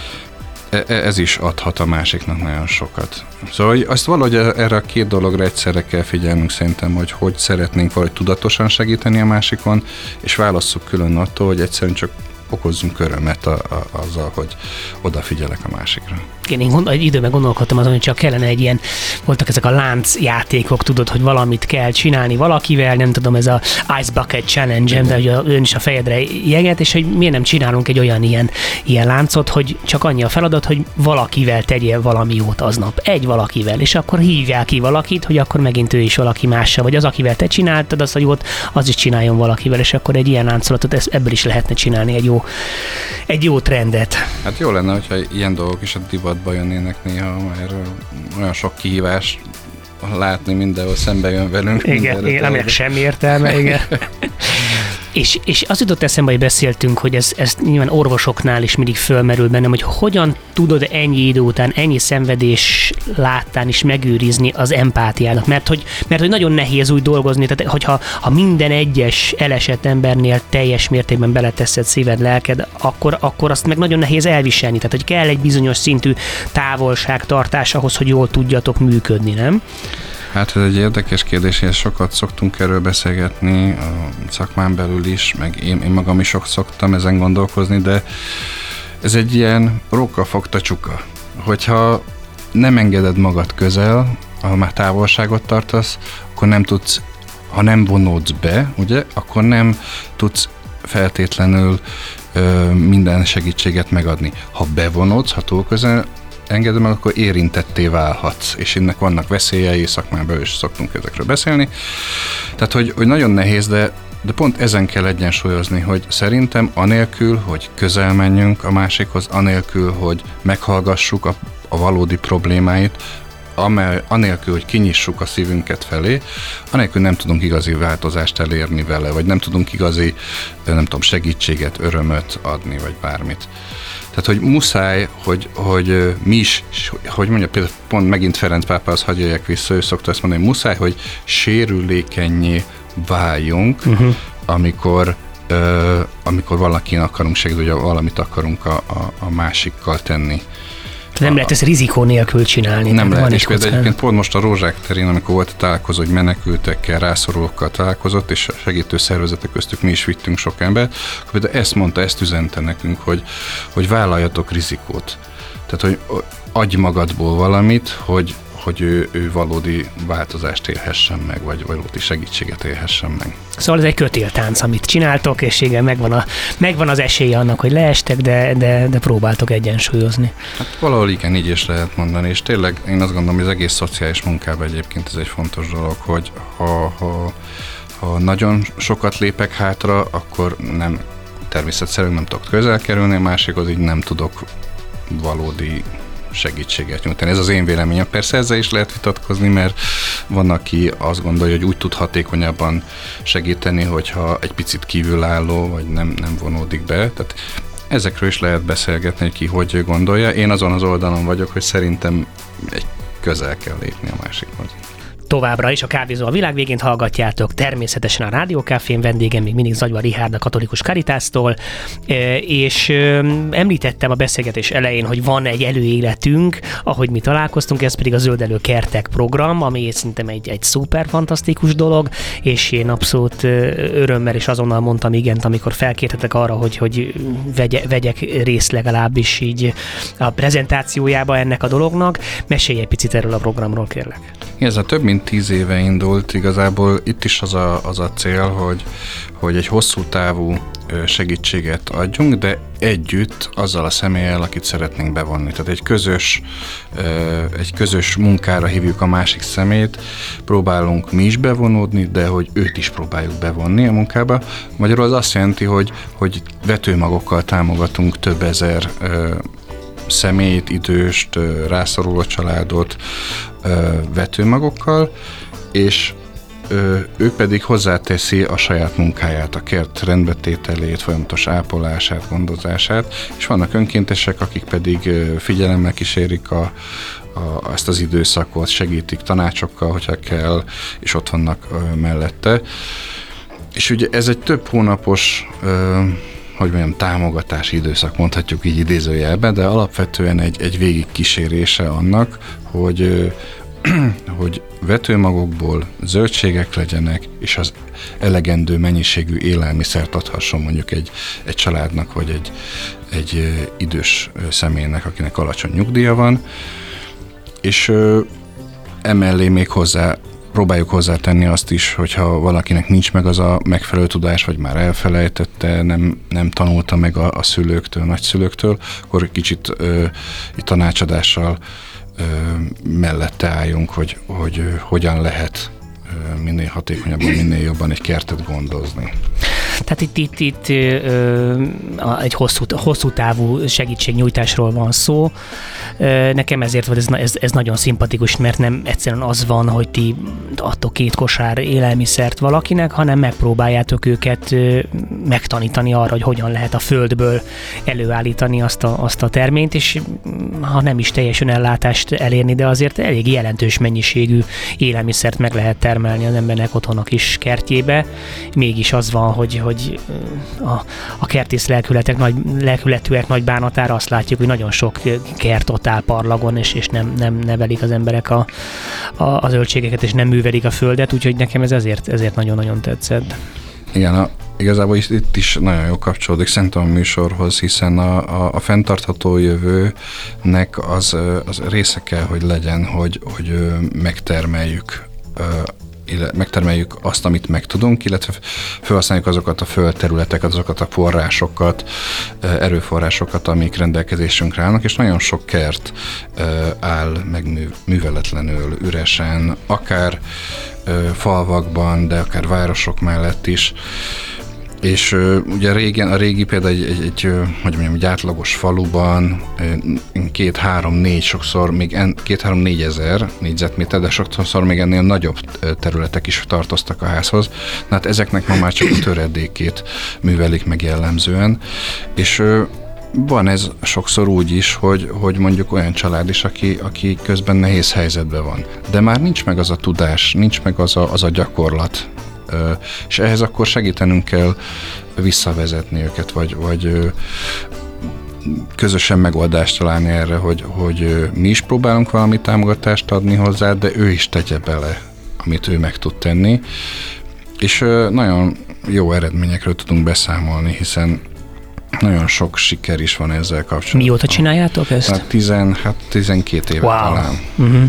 ez is adhat a másiknak nagyon sokat. Szóval azt valahogy erre a két dologra egyszerre kell figyelnünk szerintem, hogy hogy szeretnénk valahogy tudatosan segíteni a másikon, és válasszuk külön attól, hogy egyszerűen csak okozzunk örömet a, a, azzal, hogy odafigyelek a másikra. én, én gond, egy időben gondolkodtam azon, hogy csak kellene egy ilyen, voltak ezek a láncjátékok, tudod, hogy valamit kell csinálni valakivel, nem tudom, ez a Ice Bucket Challenge, de hogy ön is a fejedre jeget, és hogy miért nem csinálunk egy olyan ilyen, ilyen láncot, hogy csak annyi a feladat, hogy valakivel tegyél valami jót aznap. Egy valakivel, és akkor hívják ki valakit, hogy akkor megint ő is valaki mással, vagy az, akivel te csináltad azt a jót, az is csináljon valakivel, és akkor egy ilyen láncolatot ebből is lehetne csinálni egy jó, egy jó trendet. Hát jó lenne, hogyha ilyen dolgok is a divatba jönnének néha, mert olyan sok kihívás látni mindenhol szembe jön velünk. Igen, igen, aminek semmi értelme, igen. És, és az jutott eszembe, hogy beszéltünk, hogy ez, ez nyilván orvosoknál is mindig fölmerül bennem, hogy hogyan tudod ennyi idő után, ennyi szenvedés láttán is megőrizni az empátiádat. Mert hogy, mert hogy nagyon nehéz úgy dolgozni, tehát hogyha ha minden egyes elesett embernél teljes mértékben beleteszed szíved, lelked, akkor, akkor azt meg nagyon nehéz elviselni. Tehát hogy kell egy bizonyos szintű távolságtartás ahhoz, hogy jól tudjatok működni, nem? Hát ez egy érdekes kérdés, és sokat szoktunk erről beszélgetni a szakmán belül is, meg én, én magam is sok szoktam ezen gondolkozni, de ez egy ilyen rókafogta csuka. Hogyha nem engeded magad közel, ha már távolságot tartasz, akkor nem tudsz, ha nem vonódsz be, ugye, akkor nem tudsz feltétlenül ö, minden segítséget megadni. Ha bevonódsz, ha túl közel engedem meg, akkor érintetté válhatsz, és ennek vannak veszélyei, szakmában is szoktunk ezekről beszélni. Tehát, hogy, hogy nagyon nehéz, de, de pont ezen kell egyensúlyozni, hogy szerintem anélkül, hogy közel menjünk a másikhoz, anélkül, hogy meghallgassuk a, a valódi problémáit, amely, anélkül, hogy kinyissuk a szívünket felé, anélkül nem tudunk igazi változást elérni vele, vagy nem tudunk igazi, nem tudom, segítséget, örömöt adni, vagy bármit. Tehát, hogy muszáj, hogy, hogy mi is, hogy mondja, például pont megint Ferenc pápához hadd jöjjek vissza, ő szokta ezt mondani, hogy muszáj, hogy sérülékennyé váljunk, uh-huh. amikor, ö, amikor valakin akarunk segíteni, vagy valamit akarunk a, a, a másikkal tenni. Nem a, lehet ezt rizikó nélkül csinálni. Nem lehet, és például egyébként pont most a Rózsák terén, amikor volt a találkozó, hogy menekültekkel, rászorulókkal találkozott, és a segítő szervezetek köztük mi is vittünk sok embert, akkor például ezt mondta, ezt üzente nekünk, hogy, hogy vállaljatok rizikót. Tehát, hogy adj magadból valamit, hogy, hogy ő, ő valódi változást élhessen meg, vagy valódi segítséget élhessen meg. Szóval ez egy kötéltánc, amit csináltok, és igen, megvan, a, megvan az esélye annak, hogy leestek, de, de, de próbáltok egyensúlyozni. Hát valahol igen, így is lehet mondani, és tényleg én azt gondolom, hogy az egész szociális munkában egyébként ez egy fontos dolog, hogy ha, ha, ha nagyon sokat lépek hátra, akkor nem természetszerűen nem tudok közel kerülni, a másikhoz így nem tudok valódi segítséget nyújtani. Ez az én véleményem. Persze ezzel is lehet vitatkozni, mert van, aki azt gondolja, hogy úgy tud hatékonyabban segíteni, hogyha egy picit kívülálló, vagy nem, nem vonódik be. Tehát ezekről is lehet beszélgetni, hogy ki hogy gondolja. Én azon az oldalon vagyok, hogy szerintem egy közel kell lépni a másikhoz. Továbbra is a Kávézó a világ végén hallgatjátok, természetesen a Rádió Cafén, vendégem még mindig Zagyva Richárd a Katolikus Caritástól, és említettem a beszélgetés elején, hogy van egy előéletünk, ahogy mi találkoztunk, ez pedig a Zöldelő Kertek program, ami szerintem egy, egy szuper fantasztikus dolog, és én abszolút örömmel és azonnal mondtam igent, amikor felkértetek arra, hogy, hogy vegye, vegyek részt legalábbis így a prezentációjába ennek a dolognak. Mesélj egy picit erről a programról, kérlek. Ez a több mint tíz éve indult, igazából itt is az a, az a cél, hogy, hogy egy hosszú távú segítséget adjunk, de együtt azzal a személlyel, akit szeretnénk bevonni. Tehát egy közös, egy közös munkára hívjuk a másik szemét, próbálunk mi is bevonódni, de hogy őt is próbáljuk bevonni a munkába. Magyarul az azt jelenti, hogy, hogy vetőmagokkal támogatunk több ezer személyt, időst, rászoruló családot vetőmagokkal, és ő pedig hozzáteszi a saját munkáját, a kert rendbetételét, folyamatos ápolását, gondozását, és vannak önkéntesek, akik pedig figyelemmel kísérik a, a, ezt az időszakot, segítik tanácsokkal, hogyha kell, és ott vannak mellette. És ugye ez egy több hónapos hogy mondjam, támogatási időszak, mondhatjuk így idézőjelben, de alapvetően egy, egy végigkísérése annak, hogy, hogy vetőmagokból zöldségek legyenek, és az elegendő mennyiségű élelmiszert adhasson mondjuk egy, egy családnak, vagy egy, egy idős személynek, akinek alacsony nyugdíja van, és emellé még hozzá próbáljuk hozzátenni azt is, hogyha valakinek nincs meg az a megfelelő tudás, vagy már elfelejtette, nem, nem tanulta meg a, a szülőktől, nagyszülőktől, akkor kicsit ö, tanácsadással ö, mellette álljunk, hogy, hogy ö, hogyan lehet ö, minél hatékonyabban, minél jobban egy kertet gondozni. Tehát itt, itt, itt ö, egy hosszú, hosszú távú segítségnyújtásról van szó. Ö, nekem ezért volt ez, ez, ez nagyon szimpatikus, mert nem egyszerűen az van, hogy ti adtok két kosár élelmiszert valakinek, hanem megpróbáljátok őket ö, megtanítani arra, hogy hogyan lehet a földből előállítani azt a, azt a terményt, és ha nem is teljes önellátást elérni, de azért elég jelentős mennyiségű élelmiszert meg lehet termelni az embernek otthon a kis kertjébe. Mégis az van, hogy hogy a, a kertész lelkületek, nagy, lelkületűek nagy bánatára azt látjuk, hogy nagyon sok kert ott áll parlagon, és, és nem, nem nevelik az emberek a, a, a zöldségeket, és nem művelik a földet, úgyhogy nekem ez ezért, ezért nagyon-nagyon tetszett. Igen, a, igazából itt, itt is nagyon jó kapcsolódik szerintem a műsorhoz, hiszen a, a, a fenntartható jövőnek az, az része kell, hogy legyen, hogy, hogy megtermeljük megtermeljük azt, amit megtudunk, illetve felhasználjuk azokat a földterületeket, azokat a forrásokat, erőforrásokat, amik rendelkezésünkre állnak, és nagyon sok kert áll megműveletlenül, üresen, akár falvakban, de akár városok mellett is. És uh, ugye régen, a régi például egy, egy, egy hogy mondjam, egy átlagos faluban két-három-négy, sokszor még en, két-három-négy ezer négyzetméter, de sokszor még ennél nagyobb területek is tartoztak a házhoz. Na hát ezeknek ma már csak a töredékét művelik meg jellemzően, és uh, van ez sokszor úgy is, hogy, hogy mondjuk olyan család is, aki, aki közben nehéz helyzetben van. De már nincs meg az a tudás, nincs meg az a, az a gyakorlat, és ehhez akkor segítenünk kell visszavezetni őket, vagy, vagy közösen megoldást találni erre, hogy, hogy mi is próbálunk valami támogatást adni hozzá, de ő is tegye bele, amit ő meg tud tenni. És nagyon jó eredményekről tudunk beszámolni, hiszen nagyon sok siker is van ezzel kapcsolatban. Mióta csináljátok ezt? Hát, tizen, hát tizenkét éve wow. talán. Uh-huh.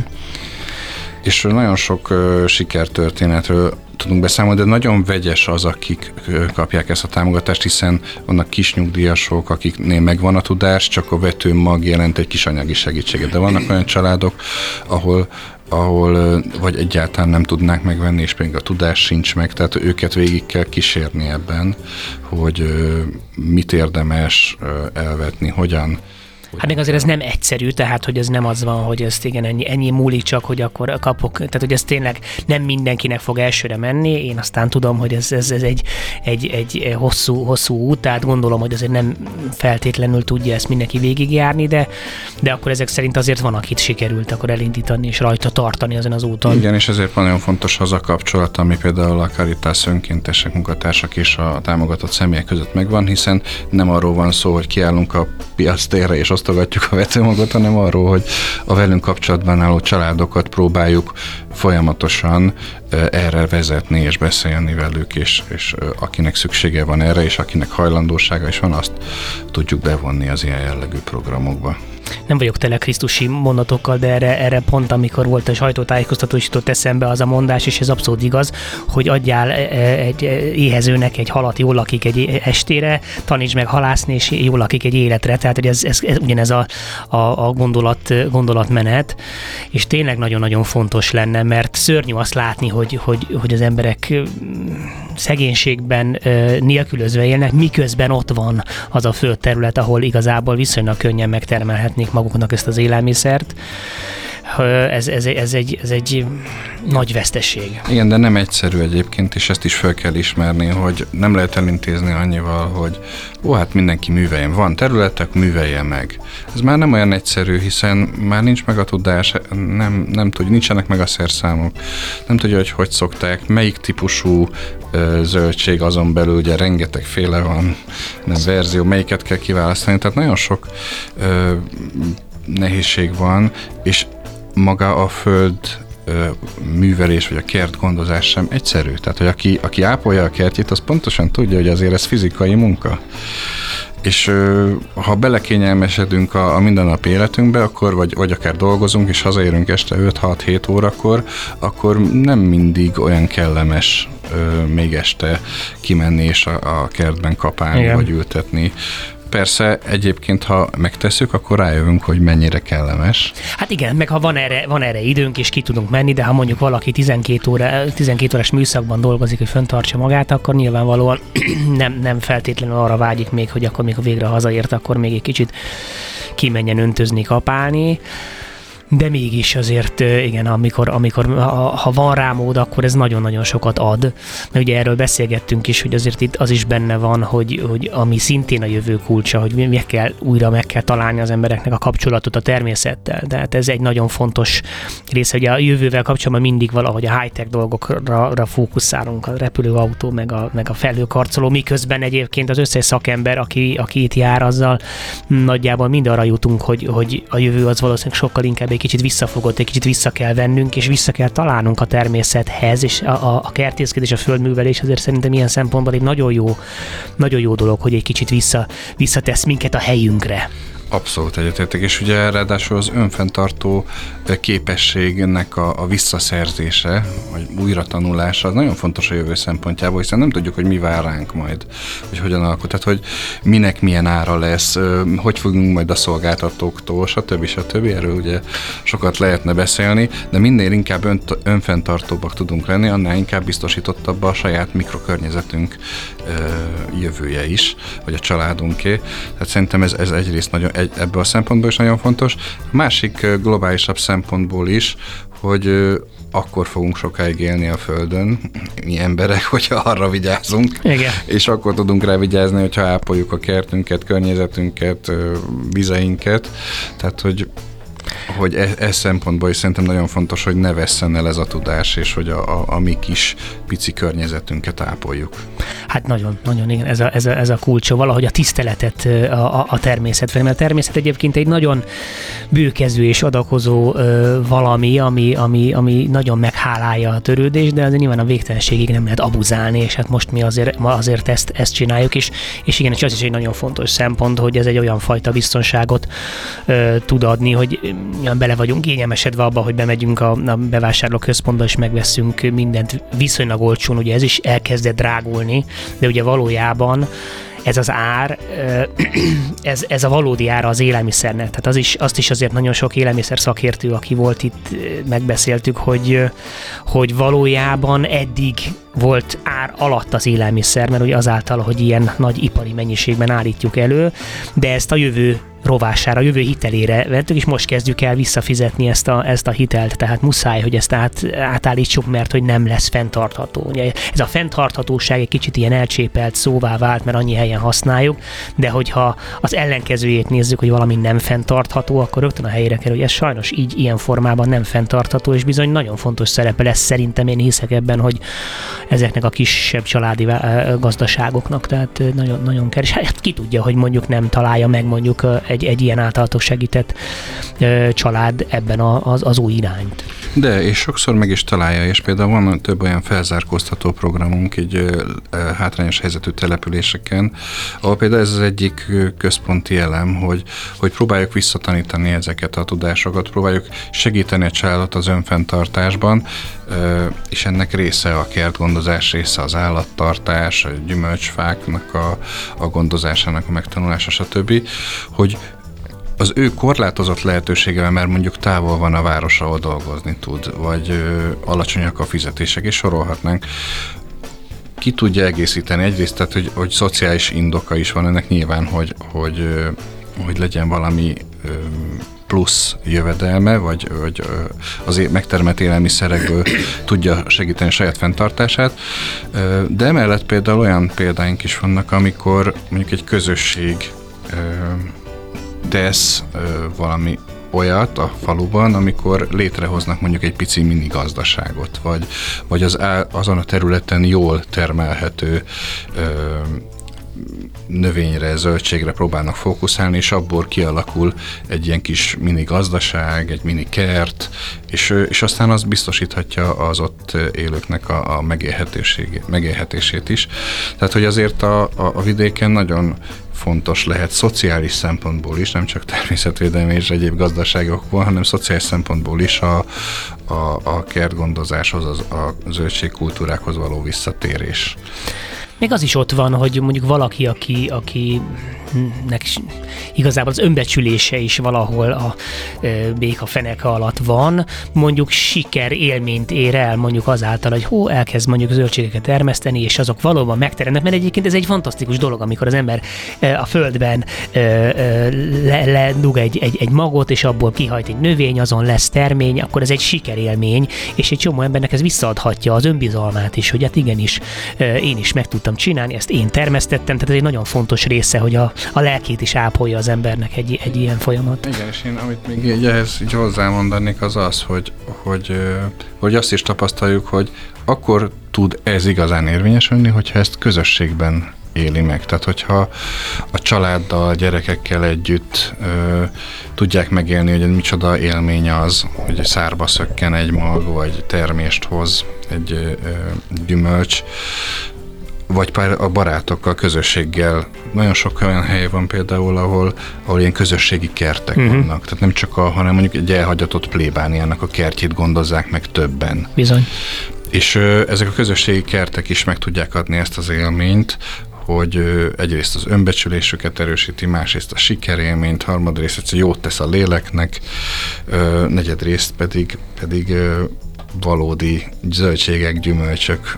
És nagyon sok uh, sikertörténetről tudunk beszámolni, de nagyon vegyes az, akik kapják ezt a támogatást, hiszen vannak kis nyugdíjasok, akiknél megvan a tudás, csak a vetőmag jelent egy kis anyagi segítséget. De vannak olyan családok, ahol, ahol vagy egyáltalán nem tudnák megvenni, és még a tudás sincs meg, tehát őket végig kell kísérni ebben, hogy mit érdemes elvetni, hogyan. Hát még azért ez nem egyszerű, tehát hogy ez nem az van, hogy ez igen, ennyi, ennyi múlik csak, hogy akkor kapok, tehát hogy ez tényleg nem mindenkinek fog elsőre menni, én aztán tudom, hogy ez, ez, ez egy, egy, egy hosszú, hosszú út, tehát gondolom, hogy azért nem feltétlenül tudja ezt mindenki végigjárni, de, de akkor ezek szerint azért van, akit sikerült akkor elindítani és rajta tartani ezen az úton. Igen, és ezért van nagyon fontos az a kapcsolat, ami például a Caritas önkéntesek, munkatársak és a támogatott személyek között megvan, hiszen nem arról van szó, hogy kiállunk a piac térre és osztogatjuk a vetőmagot, hanem arról, hogy a velünk kapcsolatban álló családokat próbáljuk folyamatosan erre vezetni és beszélni velük, és, és akinek szüksége van erre, és akinek hajlandósága is van, azt tudjuk bevonni az ilyen jellegű programokba. Nem vagyok tele krisztusi mondatokkal, de erre, erre pont amikor volt a sajtótájékoztató, is jutott eszembe az a mondás, és ez abszolút igaz, hogy adjál egy éhezőnek egy halat, jól lakik egy estére, taníts meg halászni, és jól lakik egy életre. Tehát hogy ez, ez, ez ugyanez a, a, a gondolat, gondolatmenet, és tényleg nagyon-nagyon fontos lenne, mert szörnyű azt látni, hogy, hogy, hogy az emberek szegénységben nélkülözve élnek, miközben ott van az a földterület, ahol igazából viszonylag könnyen megtermelhetnék maguknak ezt az élelmiszert. Ez, ez, ez, egy, ez egy nagy veszteség. Igen, de nem egyszerű egyébként, és ezt is fel kell ismerni, hogy nem lehet elintézni annyival, hogy ó, hát mindenki műveljen. Van területek, művelje meg. Ez már nem olyan egyszerű, hiszen már nincs meg a tudás, nem, nem tudja, nincsenek meg a szerszámok, nem tudja, hogy hogy szokták, melyik típusú ö, zöldség azon belül, ugye rengeteg féle van, nem verzió, melyiket kell kiválasztani, tehát nagyon sok ö, nehézség van, és maga a föld ö, művelés, vagy a kertgondozás sem egyszerű. Tehát, hogy aki, aki ápolja a kertjét, az pontosan tudja, hogy azért ez fizikai munka. És ö, ha belekényelmesedünk a, a mindennapi életünkbe, akkor vagy, vagy akár dolgozunk, és hazaérünk este öt-hat-hét órakor, akkor nem mindig olyan kellemes ö, még este kimenni és a, a kertben kapálni, igen, vagy ültetni. Persze egyébként, ha megtesszük, akkor rájövünk, hogy mennyire kellemes. Hát igen, meg ha van erre, van erre időnk, és ki tudunk menni, de ha mondjuk valaki tizenkét, óra, tizenkét órás műszakban dolgozik, hogy fenntartsa magát, akkor nyilvánvalóan nem, nem feltétlenül arra vágyik még, hogy akkor még végre hazaért, akkor még egy kicsit kimenjen öntözni, kapálni. De mégis azért, igen, amikor, amikor ha van rá mód, akkor ez nagyon-nagyon sokat ad. Mert ugye erről beszélgettünk is, hogy azért itt az is benne van, hogy, hogy ami szintén a jövő kulcsa, hogy meg kell, újra meg kell találni az embereknek a kapcsolatot a természettel. Tehát ez egy nagyon fontos része, hogy a jövővel kapcsolatban mindig valahogy a high-tech dolgokra fókuszálunk, a repülőautó, meg a, meg a felhőkarcoló, miközben egyébként az összes szakember, aki, aki itt jár, azzal nagyjából mind arra jutunk, hogy, hogy a jövő az valószínűleg sokkal inkább egy kicsit visszafogott, egy kicsit vissza kell vennünk, és vissza kell találnunk a természethez, és a, a, a kertészkedés, a földművelés azért szerintem ilyen szempontból egy nagyon jó, nagyon jó dolog, hogy egy kicsit vissza, visszatesz minket a helyünkre. Abszolút egyetértek, és ugye ráadásul az önfenntartó képességnek a, a visszaszerzése, vagy újratanulása, az nagyon fontos a jövő szempontjából, hiszen nem tudjuk, hogy mi vár ránk majd, hogy hogyan alakul, tehát hogy minek milyen ára lesz, hogy fogunk majd a szolgáltatóktól, stb. stb. Erről ugye sokat lehetne beszélni, de minél inkább ön, önfenntartóbbak tudunk lenni, annál inkább biztosítottabb a saját mikrokörnyezetünk jövője is, vagy a családunké. Tehát szerintem ez, ez egyrészt nagyon egy, ebből a szempontból is nagyon fontos. A másik globálisabb szempontból is, hogy akkor fogunk sokáig élni a Földön, mi emberek, hogyha arra vigyázunk. Igen. És akkor tudunk rá vigyázni, hogyha ápoljuk a kertünket, környezetünket, vizeinket. Tehát, hogy hogy ez, ez szempontból is szerintem nagyon fontos, hogy ne vesszen el ez a tudás, és hogy a, a, a mi kis pici környezetünket ápoljuk. Hát nagyon, nagyon igen, ez a, ez a, ez a kulcsa, valahogy a tiszteletet a, a, a természet felé, mert a természet egyébként egy nagyon bőkező és adakozó ö, valami, ami, ami, ami nagyon meghálálja a törődést, de azért nyilván a végtelenségig nem lehet abuzálni, és hát most mi azért, ma azért ezt, ezt csináljuk, és, és igen, és az is egy nagyon fontos szempont, hogy ez egy olyan fajta biztonságot ö, tud adni, hogy bele vagyunk kényelmesedve abba, hogy bemegyünk a, a bevásárlóközpontba, és megveszünk mindent viszonylag olcsón, ugye ez is elkezdett drágulni, de ugye valójában ez az ár, ez, ez a valódi ára az élelmiszernek. Tehát az is, azt is azért nagyon sok élelmiszer szakértő, aki volt itt, megbeszéltük, hogy, hogy valójában eddig volt ár alatt az élelmiszer, mert ugye azáltal, hogy ilyen nagy ipari mennyiségben állítjuk elő, de ezt a jövő rovására, a jövő hitelére vettük, és most kezdjük el visszafizetni ezt a, ezt a hitelt, tehát muszáj, hogy ezt át, átállítsuk, mert hogy nem lesz fenntartható. Ugye ez a fenntarthatóság egy kicsit ilyen elcsépelt szóvá vált, mert annyi helyen használjuk, de hogyha az ellenkezőjét nézzük, hogy valami nem fenntartható, akkor rögtön a helyére kerül, hogy ez sajnos így, ilyen formában nem fenntartható, és bizony nagyon fontos szerepe lesz, szerintem én hiszek ebben, hogy ezeknek a kisebb családi gazdaságoknak, tehát nagyon, nagyon kell, és hát ki tudja, hogy mondjuk nem találja meg mondjuk egy, egy ilyen általatok segített ö, család ebben a, az, az új irányt. De, és sokszor meg is találja, és például van több olyan felzárkóztató programunk így ö, ö, hátrányos helyzetű településeken, ahol például ez az egyik központi elem, hogy, hogy próbáljuk visszatanítani ezeket a tudásokat, próbáljuk segíteni a családot az önfenntartásban, ö, és ennek része a kertgondozás, része az állattartás, a gyümölcsfáknak a, a gondozásának a megtanulása, stb., hogy az ő korlátozott lehetőségevel, mert mondjuk távol van a város, ahol dolgozni tud, vagy ö, alacsonyak a fizetések, és sorolhatnánk, ki tudja egészíteni egyrészt, tehát, hogy, hogy szociális indoka is van ennek nyilván, hogy, hogy, ö, hogy legyen valami ö, plusz jövedelme, vagy, vagy az megtermelt élelmiszerekből tudja segíteni a saját fenntartását, de emellett például olyan példáink is vannak, amikor mondjuk egy közösség tesz valami olyat a faluban, amikor létrehoznak mondjuk egy pici mini gazdaságot, vagy, vagy az, azon a területen jól termelhető növényre, zöldségre próbálnak fókuszálni, és abból kialakul egy ilyen kis mini gazdaság, egy mini kert, és, és aztán az biztosíthatja az ott élőknek a, a megélhetését is. Tehát, hogy azért a, a, a vidéken nagyon fontos lehet szociális szempontból is, nem csak természetvédelmi és egyéb gazdaságokból, hanem szociális szempontból is a, a, a kertgondozáshoz, az, a zöldségkultúrákhoz való visszatérés. Még az is ott van, hogy mondjuk valaki, aki, akinek igazából az önbecsülése is valahol a béka feneke alatt van, mondjuk siker élményt ér el mondjuk azáltal, hogy hó, elkezd mondjuk zöldségeket termeszteni, és azok valóban megteremnek, mert egyébként ez egy fantasztikus dolog, amikor az ember a földben ledug egy, egy, egy magot, és abból kihajt egy növény, azon lesz termény, akkor ez egy sikerélmény, és egy csomó embernek ez visszaadhatja az önbizalmát is, hogy hát igenis, én is meg tudtam csinálni, ezt én termesztettem, tehát ez egy nagyon fontos része, hogy a, a lelkét is ápolja az embernek egy, egy ilyen folyamat. Igen, és én amit még így ehhez így hozzámondanék, az az, hogy, hogy, hogy azt is tapasztaljuk, hogy akkor tud ez igazán érvényesülni, hogyha ezt közösségben éli meg. Tehát, hogyha a családdal, a gyerekekkel együtt ö, tudják megélni, hogy micsoda élmény az, hogy szárba szökken egy mag, vagy termést hoz egy ö, gyümölcs, vagy a barátokkal, közösséggel. Nagyon sok olyan hely van például, ahol, ahol ilyen közösségi kertek uh-huh. vannak. Tehát nem csak a, hanem mondjuk egy elhagyatott plébániának a kertjét gondozzák meg többen. Bizony. És ö, ezek a közösségi kertek is meg tudják adni ezt az élményt, hogy ö, egyrészt az önbecsülésüket erősíti, másrészt a sikerélményt, harmadrészt egyszer jót tesz a léleknek, ö, negyedrészt pedig, pedig ö, valódi zöldségek, gyümölcsök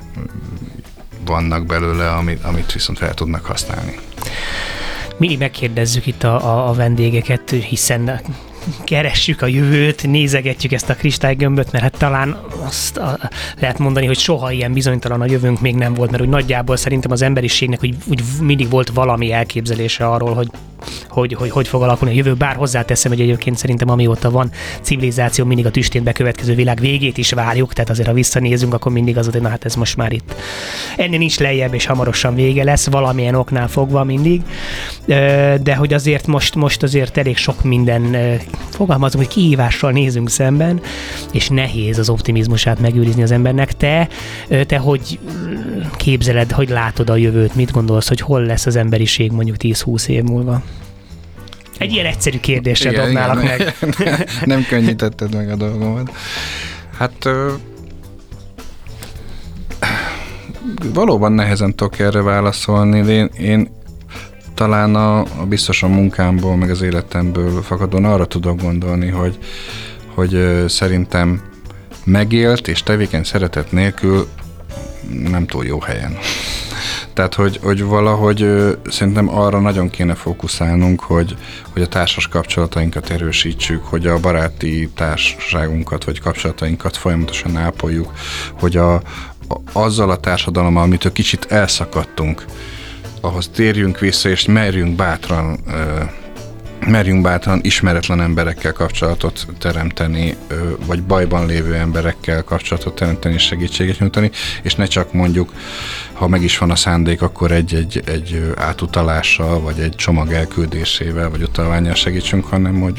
vannak belőle, amit, amit viszont fel tudnak használni. Mindig megkérdezzük itt a, a, a vendégeket, hiszen keressük a jövőt, nézegetjük ezt a kristálygömböt, mert hát talán azt a, lehet mondani, hogy soha ilyen bizonytalan a jövőnk még nem volt, mert úgy nagyjából szerintem az emberiségnek úgy, úgy mindig volt valami elképzelése arról, hogy hogy, hogy hogy fog alakulni a jövő, bár hozzáteszem, hogy egyébként szerintem amióta van civilizáció, mindig a tüstén bekövetkező világ végét is várjuk, tehát azért ha visszanézünk, akkor mindig az, hogy na hát ez most már itt ennél nincs lejjebb, és hamarosan vége lesz, valamilyen oknál fogva mindig, de hogy azért most, most azért elég sok minden, fogalmazom, hogy kihívással nézünk szemben, és nehéz az optimizmusát megőrizni az embernek. Te, te hogy képzeled, hogy látod a jövőt, mit gondolsz, hogy hol lesz az emberiség mondjuk tíz-húsz év múlva? Egy ilyen egyszerű kérdéssel igen, dobnálak igen, meg. Nem könnyítetted meg a dolgomat. Hát ö, valóban nehezen tudok erre válaszolni. Én, én talán a, a biztosan munkámból, meg az életemből fakadóan arra tudok gondolni, hogy, hogy ö, szerintem megélt és tevékeny szeretet nélkül nem túl jó helyen. Tehát, hogy, hogy valahogy ö, szerintem arra nagyon kéne fókuszálnunk, hogy, hogy a társas kapcsolatainkat erősítsük, hogy a baráti társaságunkat vagy kapcsolatainkat folyamatosan ápoljuk, hogy a, a, azzal a társadalommal, amitől kicsit elszakadtunk, ahhoz térjünk vissza, és merjünk bátran ö, merjünk bátran ismeretlen emberekkel kapcsolatot teremteni, vagy bajban lévő emberekkel kapcsolatot teremteni és segítséget nyújtani, és ne csak mondjuk, ha meg is van a szándék, akkor egy, egy, egy átutalással, vagy egy csomag elküldésével, vagy utalvánnyal segítsünk, hanem hogy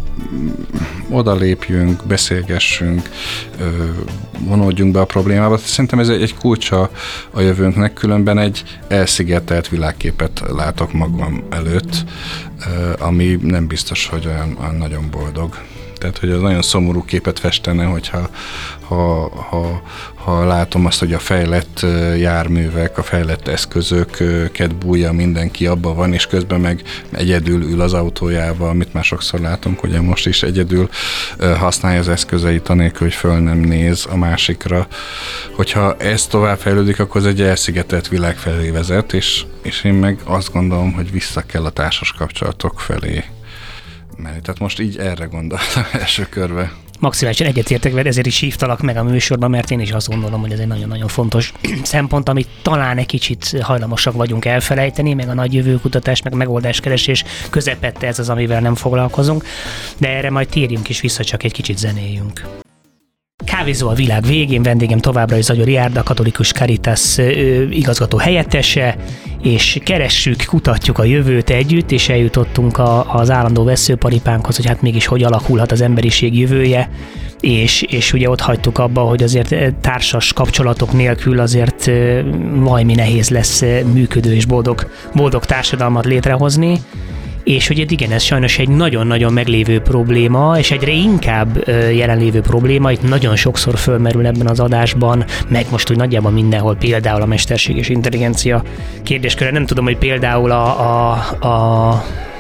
oda lépjünk, beszélgessünk, vonódjunk be a problémába. Szerintem ez egy, egy kulcsa a jövőnknek, különben egy elszigetelt világképet látok magam előtt, ami nem biztos, hogy olyan, olyan nagyon boldog. Tehát, hogy az nagyon szomorú képet festene, hogyha ha, ha, ha látom azt, hogy a fejlett járművek, a fejlett eszközöket bújja mindenki, abban van, és közben meg egyedül ül az autójával, amit már sokszor látunk, hogy most is egyedül használja az eszközeit, anélkül, hogy föl nem néz a másikra. Hogyha ez tovább fejlődik, akkor ez egy elszigetelt világ felé vezet, és, és én meg azt gondolom, hogy vissza kell a társas kapcsolatok felé. Tehát most így erre gondoltam első körbe. Maximálisan egyetértek veled, ezért is hívtalak meg a műsorban, mert én is azt gondolom, hogy ez egy nagyon-nagyon fontos szempont, amit talán egy kicsit hajlamosak vagyunk elfelejteni, meg a nagy jövőkutatás, meg a megoldáskeresés közepette ez az, amivel nem foglalkozunk, de erre majd térjünk is vissza, csak egy kicsit zenéljünk. Kávézó a világ végén, vendégem továbbra is Zagyori Árda, Katolikus Caritas igazgató helyettese, és keressük, kutatjuk a jövőt együtt, és eljutottunk a, az állandó veszőparipánkhoz, hogy hát mégis hogy alakulhat az emberiség jövője, és, és ugye ott hagytuk abba, hogy azért társas kapcsolatok nélkül azért valami nehéz lesz működő és boldog, boldog társadalmat létrehozni, és hogy igen, ez sajnos egy nagyon-nagyon meglévő probléma, és egyre inkább jelenlévő probléma, itt nagyon sokszor fölmerül ebben az adásban, meg most úgy nagyjából mindenhol, például a mesterséges intelligencia kérdésköre. Nem tudom, hogy például a, a, a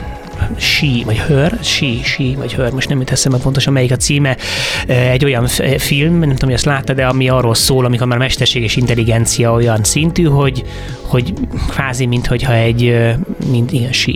She, vagy Her, She, She, vagy Her, most nem jut eszembe pontosan melyik a címe, egy olyan film, nem tudom, hogy ezt láttad, de ami arról szól, amikor már a mesterséges intelligencia olyan szintű, hogy, hogy kvázi, minthogyha egy, mint ilyen She,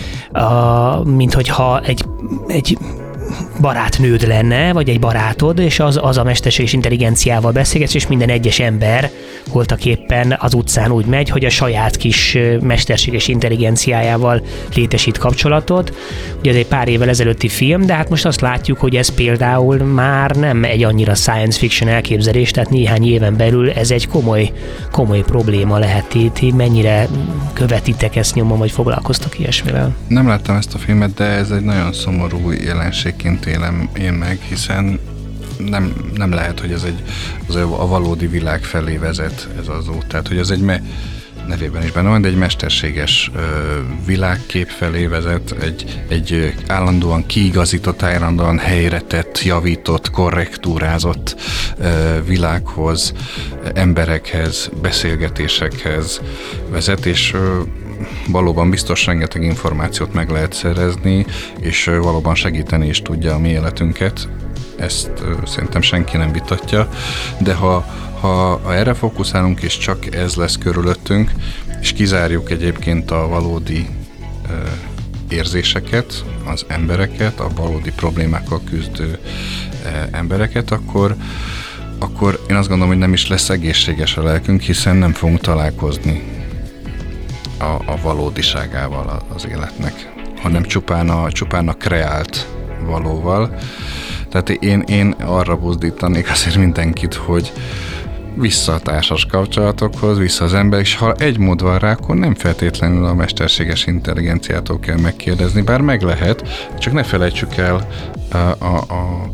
uh, minthogyha egy, egy barátnőd lenne, vagy egy barátod, és az, az a mesterséges intelligenciával beszélgetsz, és minden egyes ember voltak éppen az utcán úgy megy, hogy a saját kis mesterséges intelligenciájával létesít kapcsolatot. Ugye ez egy pár évvel ezelőtti film, de hát most azt látjuk, hogy ez például már nem egy annyira science fiction elképzelés, tehát néhány éven belül ez egy komoly, komoly probléma lehet. Ti mennyire követitek ezt nyomon, vagy foglalkoztok ilyesmivel? Nem láttam ezt a filmet, de ez egy nagyon szomorú jelenségként élem én meg, hiszen nem, nem lehet, hogy ez egy, az a valódi világ felé vezet ez az út. Tehát, hogy ez egy me, nevében is benne van, de egy mesterséges ö, világkép felé vezet, egy, egy állandóan kiigazított, állandóan helyre tett, javított, korrektúrázott ö, világhoz, emberekhez, beszélgetésekhez vezet, és ö, valóban biztos rengeteg információt meg lehet szerezni, és ö, valóban segíteni is tudja a mi életünket. Ezt ö, szerintem senki nem vitatja, de ha, ha, ha erre fókuszálunk, és csak ez lesz körülöttünk, és kizárjuk egyébként a valódi ö, érzéseket, az embereket, a valódi problémákkal küzdő ö, embereket, akkor, akkor én azt gondolom, hogy nem is lesz egészséges a lelkünk, hiszen nem fogunk találkozni a, a valódiságával az életnek, hanem csupán a, csupán a kreált valóval. Tehát én, én arra buzdítanék azért mindenkit, hogy vissza a társas kapcsolatokhoz, vissza az ember, és ha egy mód van rá, akkor nem feltétlenül a mesterséges intelligenciától kell megkérdezni, bár meg lehet, csak ne felejtsük el a, a, a,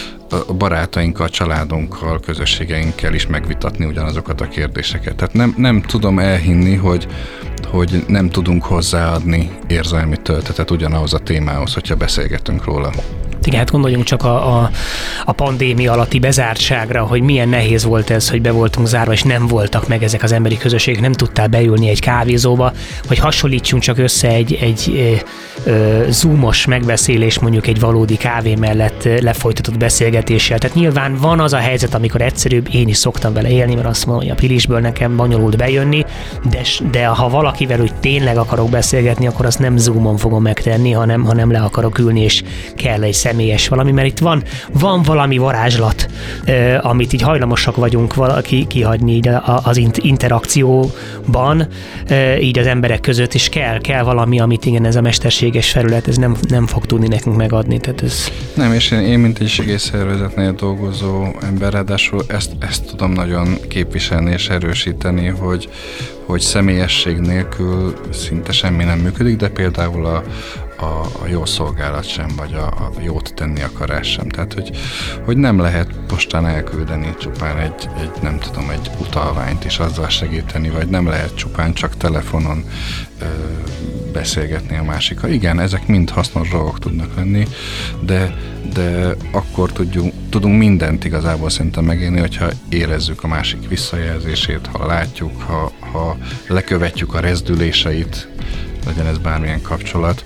a barátainkkal, a családunkkal, közösségeinkkel is megvitatni ugyanazokat a kérdéseket. Tehát nem, nem tudom elhinni, hogy, hogy nem tudunk hozzáadni érzelmi töltetet ugyanahoz a témához, hogyha beszélgetünk róla. Igen, hát gondoljunk csak a, a, a pandémia alatti bezártságra, hogy milyen nehéz volt ez, hogy be voltunk zárva, és nem voltak meg ezek az emberi közösségek, nem tudtál beülni egy kávézóba, hogy hasonlítsunk csak össze egy, egy ö, ö, zoomos megbeszélés mondjuk egy valódi kávé mellett lefolytatott beszélgetéssel. Tehát nyilván van az a helyzet, amikor egyszerűbb, én is szoktam vele élni, mert azt mondom, hogy a Pilisből nekem bonyolult bejönni, de, de ha valakivel úgy tényleg akarok beszélgetni, akkor azt nem zoomon fogom megtenni, hanem, hanem le akarok ülni, és kell egy személyes valami, mert itt van, van valami varázslat, eh, amit így hajlamosak vagyunk valaki kihagyni így a, az interakcióban, eh, így az emberek között, és kell, kell valami, amit igen, ez a mesterséges felület, ez nem, nem fog tudni nekünk megadni. Tehát ez... Nem, és én, én mint egy segélyszervezetnél dolgozó ember, ráadásul ezt, ezt tudom nagyon képviselni és erősíteni, hogy, hogy személyesség nélkül szinte semmi nem működik, de például a A, a jó szolgálat sem, vagy a, a jót tenni akarás sem. Tehát, hogy, hogy nem lehet postán elküldeni csupán egy, egy, nem tudom, egy utalványt is azzal segíteni, vagy nem lehet csupán csak telefonon ö, beszélgetni a másikkal. Igen, ezek mind hasznos dolgok tudnak lenni, de, de akkor tudjunk, tudunk mindent igazából szerintem megélni, hogyha érezzük a másik visszajelzését, ha látjuk, ha, ha lekövetjük a rezdüléseit, legyen ez bármilyen kapcsolat.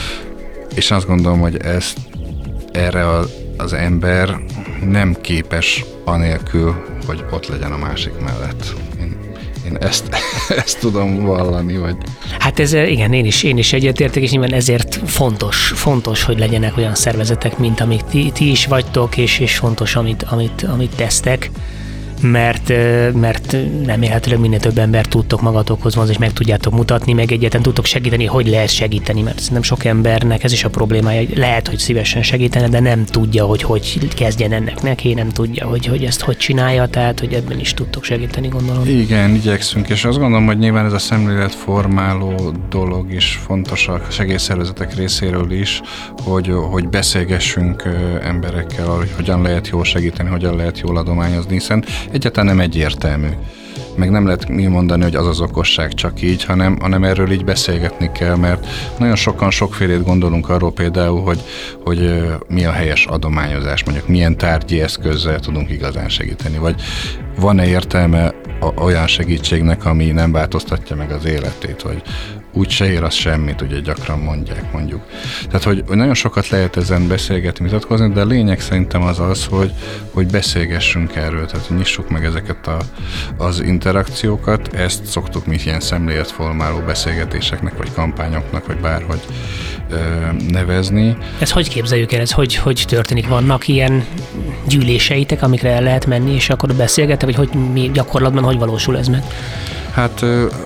És azt gondolom, hogy ezt, erre a, az ember nem képes anélkül, hogy ott legyen a másik mellett. Én, én ezt, ezt tudom vallani, vagy... Hát ez igen, én is, én is egyetértek, és nyilván ezért fontos, fontos, hogy legyenek olyan szervezetek, mint amik ti, ti is vagytok, és, és fontos, amit, amit, amit tesztek. mert, mert remélhetőleg minél több embert tudtok magatokhoz vonzni, és meg tudjátok mutatni, meg egyáltalán tudtok segíteni, hogy lehet segíteni, mert szerintem sok embernek ez is a problémája, hogy lehet, hogy szívesen segítene, de nem tudja, hogy hogy kezdjen ennek neki, nem tudja, hogy, hogy ezt hogy csinálja, tehát hogy ebben is tudtok segíteni, gondolom. Igen, igyekszünk, és azt gondolom, hogy nyilván ez a szemléletformáló dolog is fontos a segélyszervezetek részéről is, hogy, hogy beszélgessünk emberekkel, hogy hogyan lehet jól segíteni, hogyan lehet jól adományozni, hiszen egyáltalán nem egyértelmű. Meg nem lehet mi mondani, hogy az az okosság csak így, hanem, hanem erről így beszélgetni kell, mert nagyon sokan sokfélét gondolunk arról például, hogy, hogy mi a helyes adományozás, mondjuk milyen tárgyi eszközzel tudunk igazán segíteni, vagy van-e értelme olyan segítségnek, ami nem változtatja meg az életét, vagy úgy se ér az semmit, ugye gyakran mondják, mondjuk. Tehát, hogy, hogy nagyon sokat lehet ezen beszélgetni, vitatkozni, de a lényeg szerintem az az, hogy, hogy beszélgessünk erről, tehát hogy nyissuk meg ezeket a, az interakciókat, ezt szoktuk mi ilyen szemléletformáló beszélgetéseknek, vagy kampányoknak, vagy bárhogy ö, nevezni. Ez hogy képzeljük el, ez hogy, hogy történik? Vannak ilyen gyűléseitek, amikre el lehet menni, és akkor beszélgetek, vagy hogy mi gyakorlatban hogy valósul ez meg? Hát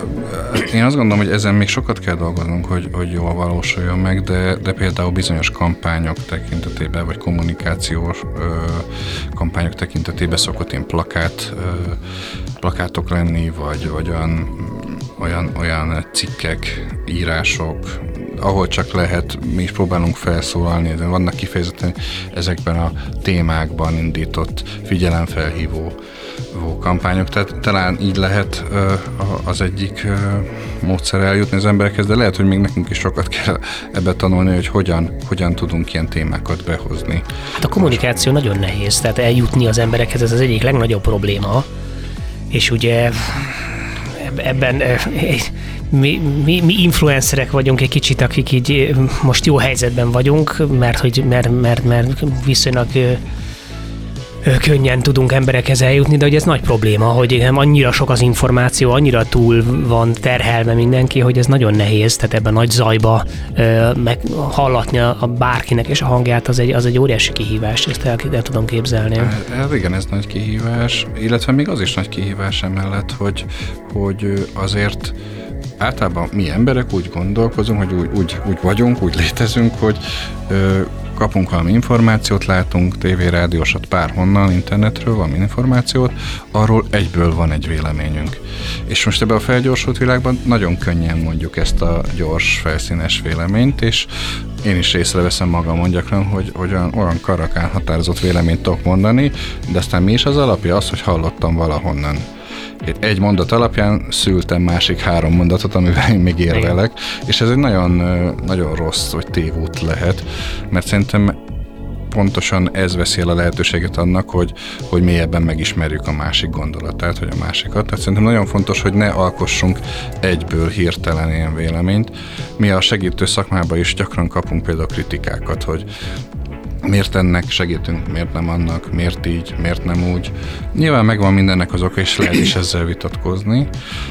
én azt gondolom, hogy ezen még sokat kell dolgoznunk, hogy, hogy jól valósuljon meg, de, de például bizonyos kampányok tekintetében, vagy kommunikációs ö, kampányok tekintetében szokott ilyen plakát, ö, plakátok lenni, vagy, vagy olyan, olyan, olyan cikkek, írások, ahol csak lehet, mi is próbálunk felszólalni, de vannak kifejezetten ezekben a témákban indított figyelemfelhívó kampányok, tehát talán így lehet uh, az egyik uh, módszer eljutni az emberekhez, de lehet, hogy még nekünk is sokat kell ebbe tanulni, hogy hogyan, hogyan tudunk ilyen témákat behozni. Hát a kommunikáció Most. nagyon nehéz, tehát eljutni az emberekhez, ez az egyik legnagyobb probléma, és ugye ebben mi, mi, mi influencerek vagyunk egy kicsit, akik így most jó helyzetben vagyunk, mert, hogy, mert, mert, mert viszonylag könnyen tudunk emberekhez eljutni, de hogy ez nagy probléma, hogy nem annyira sok az információ, annyira túl van terhelve mindenki, hogy ez nagyon nehéz, tehát ebben nagy zajba ö, meg hallatni a, a bárkinek és a hangját, az egy, az egy óriási kihívás, ezt el, el tudom képzelni. Hát, igen, ez nagy kihívás, illetve még az is nagy kihívás emellett, hogy, hogy azért általában mi emberek úgy gondolkozunk, hogy úgy, úgy, úgy vagyunk, úgy létezünk, hogy ö, kapunk valami információt, látunk tévé, rádiósat bárhonnan, internetről valami információt, arról egyből van egy véleményünk. És most ebben a felgyorsult világban nagyon könnyen mondjuk ezt a gyors, felszínes véleményt, és én is észreveszem magamon gyakran, hogy, hogy olyan, olyan karakán határozott véleményt tudok mondani, de aztán mi is az alapja? Az, hogy hallottam valahonnan. Egy mondat alapján szültem másik három mondatot, amivel én még érvelek, és ez egy nagyon, nagyon rossz, vagy tévút lehet, mert szerintem pontosan ez veszi el a lehetőséget annak, hogy, hogy mélyebben megismerjük a másik gondolatát, vagy a másikat. Tehát szerintem nagyon fontos, hogy ne alkossunk egyből hirtelen ilyen véleményt. Mi a segítő szakmában is gyakran kapunk például kritikákat, hogy miért ennek segítünk, miért nem annak, miért így, miért nem úgy. Nyilván megvan mindennek az oka, és lehet is ezzel vitatkozni,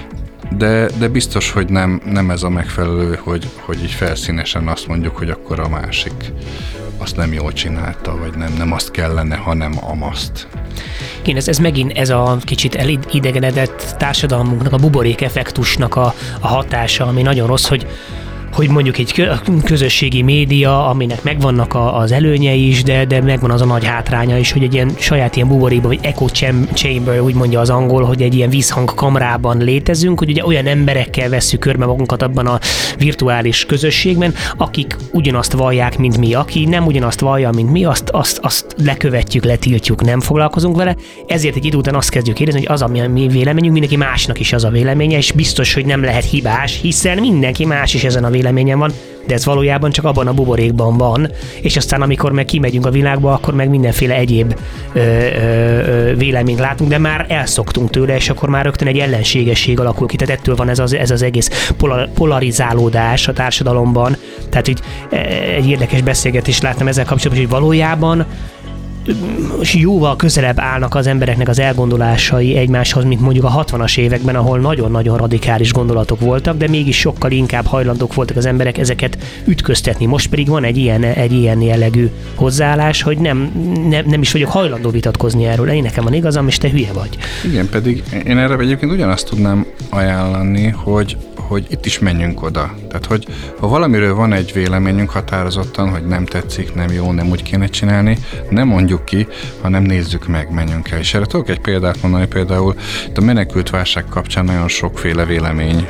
de, de biztos, hogy nem, nem ez a megfelelő, hogy, hogy így felszínesen azt mondjuk, hogy akkor a másik azt nem jól csinálta, vagy nem, nem azt kellene, hanem amaszt. Igen, ez, ez megint ez a kicsit elidegenedett társadalmunknak, a buborék effektusnak a, a hatása, ami nagyon rossz, hogy hogy mondjuk egy közösségi média, aminek megvannak a, az előnyei is, de, de megvan az a nagy hátránya is, hogy egy ilyen saját ilyen buborékban, vagy echo chamber, úgy mondja az angol, hogy egy ilyen vízhangkamrában létezünk, hogy ugye olyan emberekkel vesszük körbe magunkat abban a virtuális közösségben, akik ugyanazt vallják, mint mi. Aki nem ugyanazt vallja, mint mi, azt, azt, azt lekövetjük, letiltjuk, nem foglalkozunk vele. Ezért egy idő után azt kezdjük érezni, hogy az a mi véleményünk, mindenki másnak is az a véleménye, és biztos, hogy nem lehet hibás, hiszen mindenki más is ezen a véleményen van, de ez valójában csak abban a buborékban van, és aztán amikor meg kimegyünk a világba, akkor meg mindenféle egyéb ö, ö, véleményt látunk, de már elszoktunk tőle, és akkor már rögtön egy ellenségesség alakul ki, tehát ettől van ez az, ez az egész polarizálódás a társadalomban, tehát hogy egy érdekes beszélgetést láttam ezzel kapcsolatban, hogy valójában jóval közelebb állnak az embereknek az elgondolásai egymáshoz, mint mondjuk a hatvanas években, ahol nagyon-nagyon radikális gondolatok voltak, de mégis sokkal inkább hajlandók voltak az emberek ezeket ütköztetni. Most pedig van egy ilyen, egy ilyen jellegű hozzáállás, hogy nem, nem, nem is vagyok hajlandó vitatkozni erről. Én nekem van igazam, és te hülye vagy. Igen, pedig én erre egyébként ugyanazt tudnám ajánlani, hogy, hogy itt is menjünk oda. Tehát, hogy ha valamiről van egy véleményünk határozottan, hogy nem tetszik, nem jó, nem úgy kéne csinálni, nem mondjuk ki, hanem nézzük meg, menjünk el. És erre tudok egy példát mondani, például a menekült válság kapcsán nagyon sokféle vélemény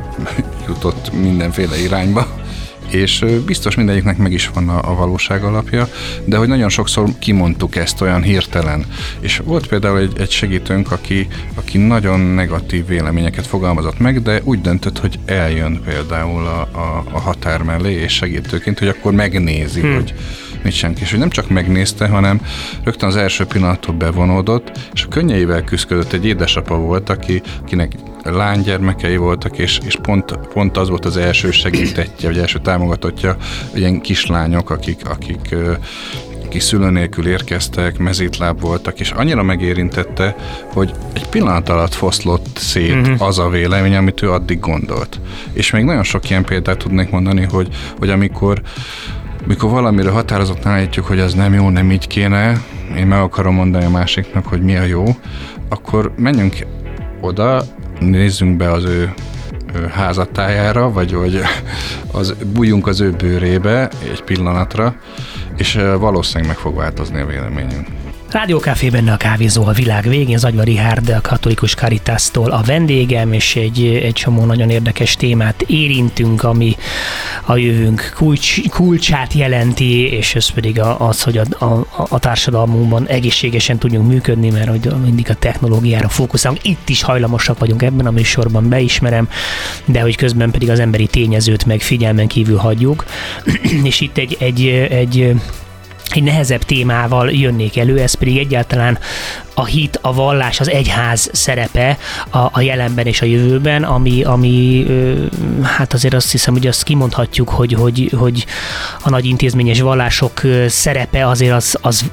jutott mindenféle irányba, és biztos mindegyiknek meg is van a, a valóság alapja, de hogy nagyon sokszor kimondtuk ezt olyan hirtelen. És volt például egy, egy segítőnk, aki, aki nagyon negatív véleményeket fogalmazott meg, de úgy döntött, hogy eljön például a, a, a határ mellé, és segítőként, hogy akkor megnézi, hmm. hogy mit senki. És hogy nem csak megnézte, hanem rögtön az első pillanattól bevonódott, és a könnyeivel küzdött. Egy édesapa volt, aki, akinek lánygyermekei voltak, és, és pont, pont az volt az első segítettje, vagy első támogatottja, ilyen kislányok, akik, akik, akik szülő nélkül érkeztek, mezítláb voltak, és annyira megérintette, hogy egy pillanat alatt foszlott szét uh-huh. az a vélemény, amit ő addig gondolt. És még nagyon sok ilyen példát tudnék mondani, hogy, hogy amikor mikor valamire határozottan állítjuk, hogy az nem jó, nem így kéne, én meg akarom mondani a másiknak, hogy mi a jó, akkor menjünk oda, nézzünk be az ő, ő házatájára, vagy, vagy az, bújjunk az ő bőrébe egy pillanatra, és valószínűleg meg fog változni a véleményünk. Rádiókafé benne a kávézó a világ végén, Zagyva Richárd, a Katolikus Caritástól a vendégem, és egy, egy csomó nagyon érdekes témát érintünk, ami a jövőnk kulcs, kulcsát jelenti, és ez pedig az, hogy a, a, a társadalmunkban egészségesen tudjunk működni, mert hogy mindig a technológiára fókuszálunk. Itt is hajlamosak vagyunk ebben a műsorban, beismerem, de hogy közben pedig az emberi tényezőt meg figyelmen kívül hagyjuk. És itt egy, egy, egy egy nehezebb témával jönnék elő, ez pedig egyáltalán a hit, a vallás, az egyház szerepe a, a jelenben és a jövőben, ami, ami hát azért azt hiszem, hogy azt kimondhatjuk, hogy, hogy, hogy a nagy intézményes vallások szerepe azért az, az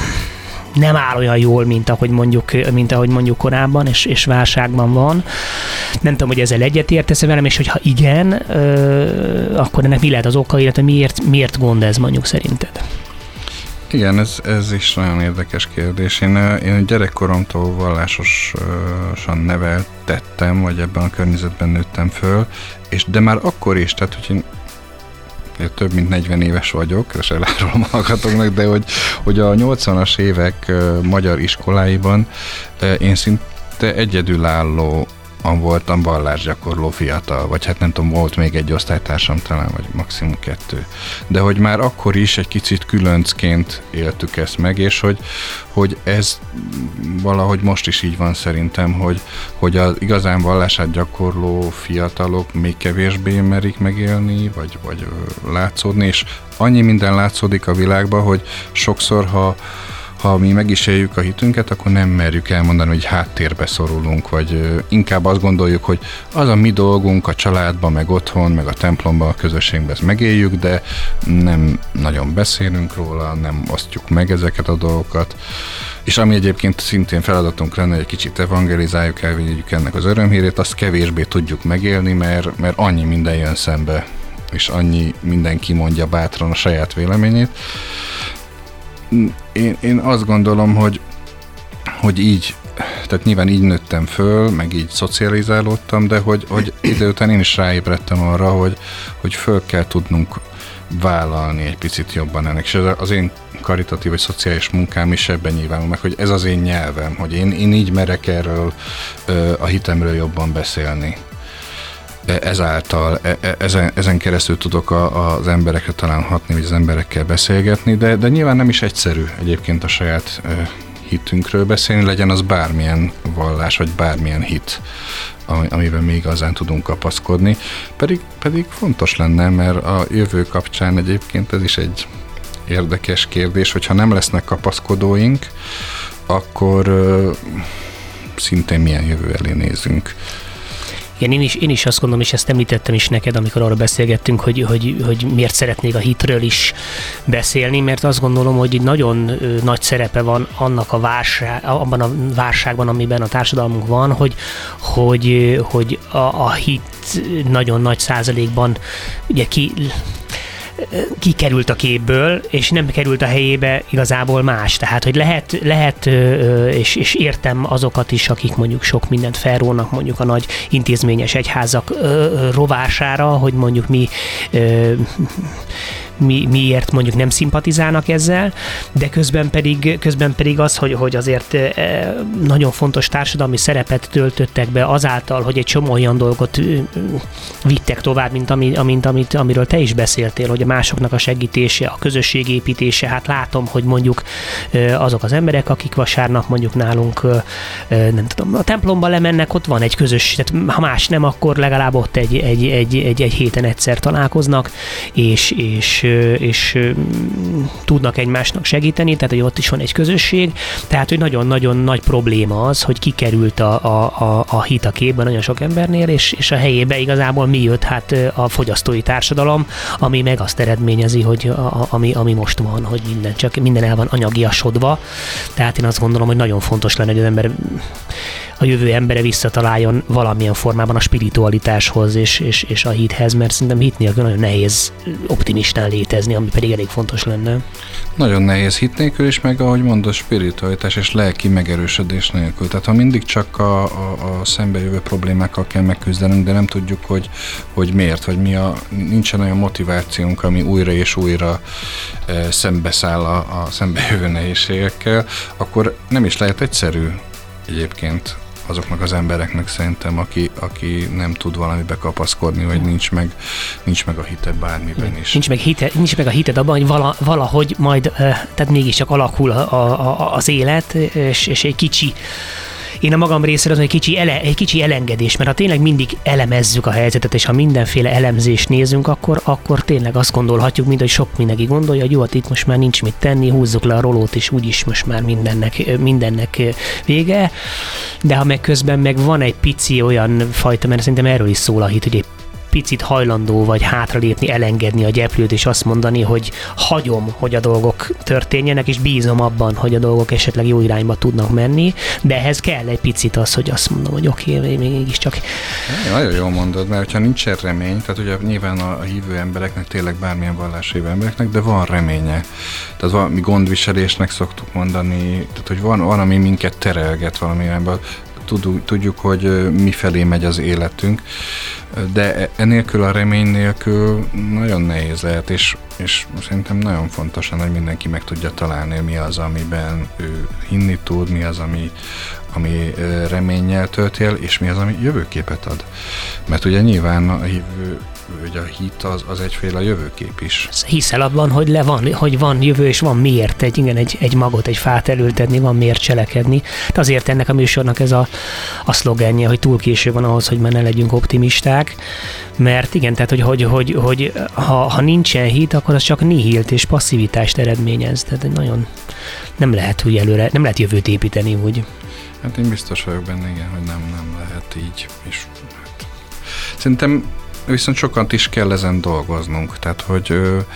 nem áll olyan jól, mint ahogy mondjuk, mint ahogy mondjuk korábban, és, és válságban van. Nem tudom, hogy ezzel egyetértesz-e velem, és hogyha igen, akkor ennek mi lehet az oka, illetve miért, miért gond ez mondjuk szerinted? Igen, ez, ez is nagyon érdekes kérdés. Én, én gyerekkoromtól vallásosan neveltettem, vagy ebben a környezetben nőttem föl, és de már akkor is, tehát hogy én, én több mint negyven éves vagyok, és elárulom a hallgatóknak, de hogy, hogy a nyolcvanas évek magyar iskoláiban én szinte egyedülálló voltam vallásgyakorló fiatal, vagy hát nem tudom, volt még egy osztálytársam talán, vagy maximum kettő. De hogy már akkor is egy kicsit különcként éltük ezt meg, és hogy, hogy ez valahogy most is így van szerintem, hogy, hogy az igazán vallását gyakorló fiatalok még kevésbé merik megélni, vagy, vagy látszódni, és annyi minden látszódik a világban, hogy sokszor, ha ha mi meg is éljük a hitünket, akkor nem merjük elmondani, hogy háttérbe szorulunk, vagy inkább azt gondoljuk, hogy az a mi dolgunk a családban, meg otthon, meg a templomban, a közösségben ezt megéljük, de nem nagyon beszélünk róla, nem osztjuk meg ezeket a dolgokat. És ami egyébként szintén feladatunk lenne, hogy egy kicsit evangelizáljuk, elvigyük ennek az örömhírét, azt kevésbé tudjuk megélni, mert, mert annyi minden jön szembe, és annyi mindenki mondja bátran a saját véleményét. Én, én azt gondolom, hogy, hogy így, tehát nyilván így nőttem föl, meg így szocializálódtam, de hogy, hogy idő után én is ráébredtem arra, hogy, hogy föl kell tudnunk vállalni egy picit jobban ennek. És az én karitatív vagy szociális munkám is ebben nyilvánul meg, hogy ez az én nyelvem, hogy én, én így merek erről a hitemről jobban beszélni. Ezáltal, ezen, ezen keresztül tudok a, az emberekre talán hatni, vagy az emberekkel beszélgetni, de, de nyilván nem is egyszerű egyébként a saját hitünkről beszélni, legyen az bármilyen vallás, vagy bármilyen hit, amiben még igazán tudunk kapaszkodni. Pedig, pedig fontos lenne, mert a jövő kapcsán egyébként ez is egy érdekes kérdés, hogyha nem lesznek kapaszkodóink, akkor szintén milyen jövő elé nézünk. Igen, én is, én is azt gondolom, és ezt említettem is neked, amikor arra beszélgettünk, hogy, hogy, hogy miért szeretnék a hitről is beszélni, mert azt gondolom, hogy nagyon nagy szerepe van annak a válság, abban a válságban, amiben a társadalmunk van, hogy, hogy, hogy a, a hit nagyon nagy százalékban ugye ki kikerült a képből, és nem került a helyébe igazából más. Tehát, hogy lehet, lehet és, és értem azokat is, akik mondjuk sok mindent felrónak mondjuk a nagy intézményes egyházak rovására, hogy mondjuk mi Mi, miért mondjuk nem szimpatizálnak ezzel, de közben pedig, közben pedig az, hogy, hogy azért nagyon fontos társadalmi szerepet töltöttek be azáltal, hogy egy csomó olyan dolgot vittek tovább, mint, ami, amint, amit, amiről te is beszéltél, hogy a másoknak a segítése, a közösségépítése. Hát látom, hogy mondjuk azok az emberek, akik vasárnap mondjuk nálunk nem tudom, a templomba lemennek, ott van egy közös, tehát ha más nem, akkor legalább ott egy, egy, egy, egy, egy héten egyszer találkoznak, és, és és tudnak egymásnak segíteni, tehát hogy ott is van egy közösség, tehát hogy nagyon-nagyon nagy probléma az, hogy kikerült a, a, a, a hit a képben nagyon sok embernél, és, és a helyébe igazából mi jött? Hát a fogyasztói társadalom, ami meg azt eredményezi, hogy a, ami, ami most van, hogy minden csak minden el van anyagiasodva, tehát én azt gondolom, hogy nagyon fontos lenne, hogy az ember a jövő embere visszataláljon valamilyen formában a spiritualitáshoz és, és, és a hithez, mert szerintem hit nélkül nagyon nehéz optimistán létezni, ami pedig elég fontos lenne. Nagyon nehéz hit nélkül is, meg ahogy mondod, spiritualitás és lelki megerősödés nélkül. Tehát ha mindig csak a, a, a szembejövő problémákkal kell megküzdenünk, de nem tudjuk, hogy, hogy miért, vagy mi a, nincsen olyan motivációnk, ami újra és újra e, szembeszáll a, a szembejövő nehézségekkel, akkor nem is lehet egyszerű egyébként azoknak az embereknek szerintem, aki, aki nem tud valamibe kapaszkodni, vagy nincs meg, nincs meg a hite bármiben is. Nincs meg, hite, nincs meg a hited abban, hogy vala, valahogy majd, tehát mégiscsak alakul a, a, az élet, és, és egy kicsi Én a magam részéről az, egy kicsi, ele, egy kicsi elengedés, mert ha tényleg mindig elemezzük a helyzetet, és ha mindenféle elemzést nézünk, akkor, akkor tényleg azt gondolhatjuk, mint hogy sok mindenki gondolja, hogy jó, hát itt most már nincs mit tenni, húzzuk le a rolót, és úgyis most már mindennek, mindennek vége. De ha meg közben meg van egy pici olyan fajta, mert szerintem erről is szól a hit, hogy egy picit hajlandó vagy hátralépni, elengedni a gyeplőt, és azt mondani, hogy hagyom, hogy a dolgok történjenek, és bízom abban, hogy a dolgok esetleg jó irányba tudnak menni, de ehhez kell egy picit az, hogy azt mondom, hogy oké, okay, mégiscsak. Nagyon jól mondod, mert ha nincsen remény, tehát ugye nyilván a hívő embereknek, tényleg bármilyen valláshívő embereknek, de van reménye. Tehát valami gondviselésnek szoktuk mondani, tehát hogy van, van ami minket terelget valamilyenben. Tudjuk, hogy mifelé megy az életünk, de enélkül a remény nélkül nagyon nehéz lehet, és, és szerintem nagyon fontos, hogy mindenki meg tudja találni, mi az, amiben ő hinni tud, mi az, ami, ami reménnyel tölt el, és mi az, ami jövőképet ad. Mert ugye nyilván a hívő, ugye a hit az, az egyféle jövőkép is. Hiszel abban, hogy, le van, hogy van jövő, és van miért egy, igen, egy, egy magot, egy fát elültetni, van miért cselekedni. De azért ennek a műsornak ez a, a szlogenje, hogy túl késő van ahhoz, hogy már ne legyünk optimisták, mert igen, tehát hogy, hogy, hogy, hogy ha, ha nincsen hit, akkor az csak nihilt és passzivitást eredményez. Tehát nagyon nem lehet úgy előre, nem lehet jövőt építeni úgy. Hát én biztos vagyok benne, igen, hogy nem, nem lehet így. És hát, szerintem viszont sokat is kell ezen dolgoznunk. Tehát, hogy,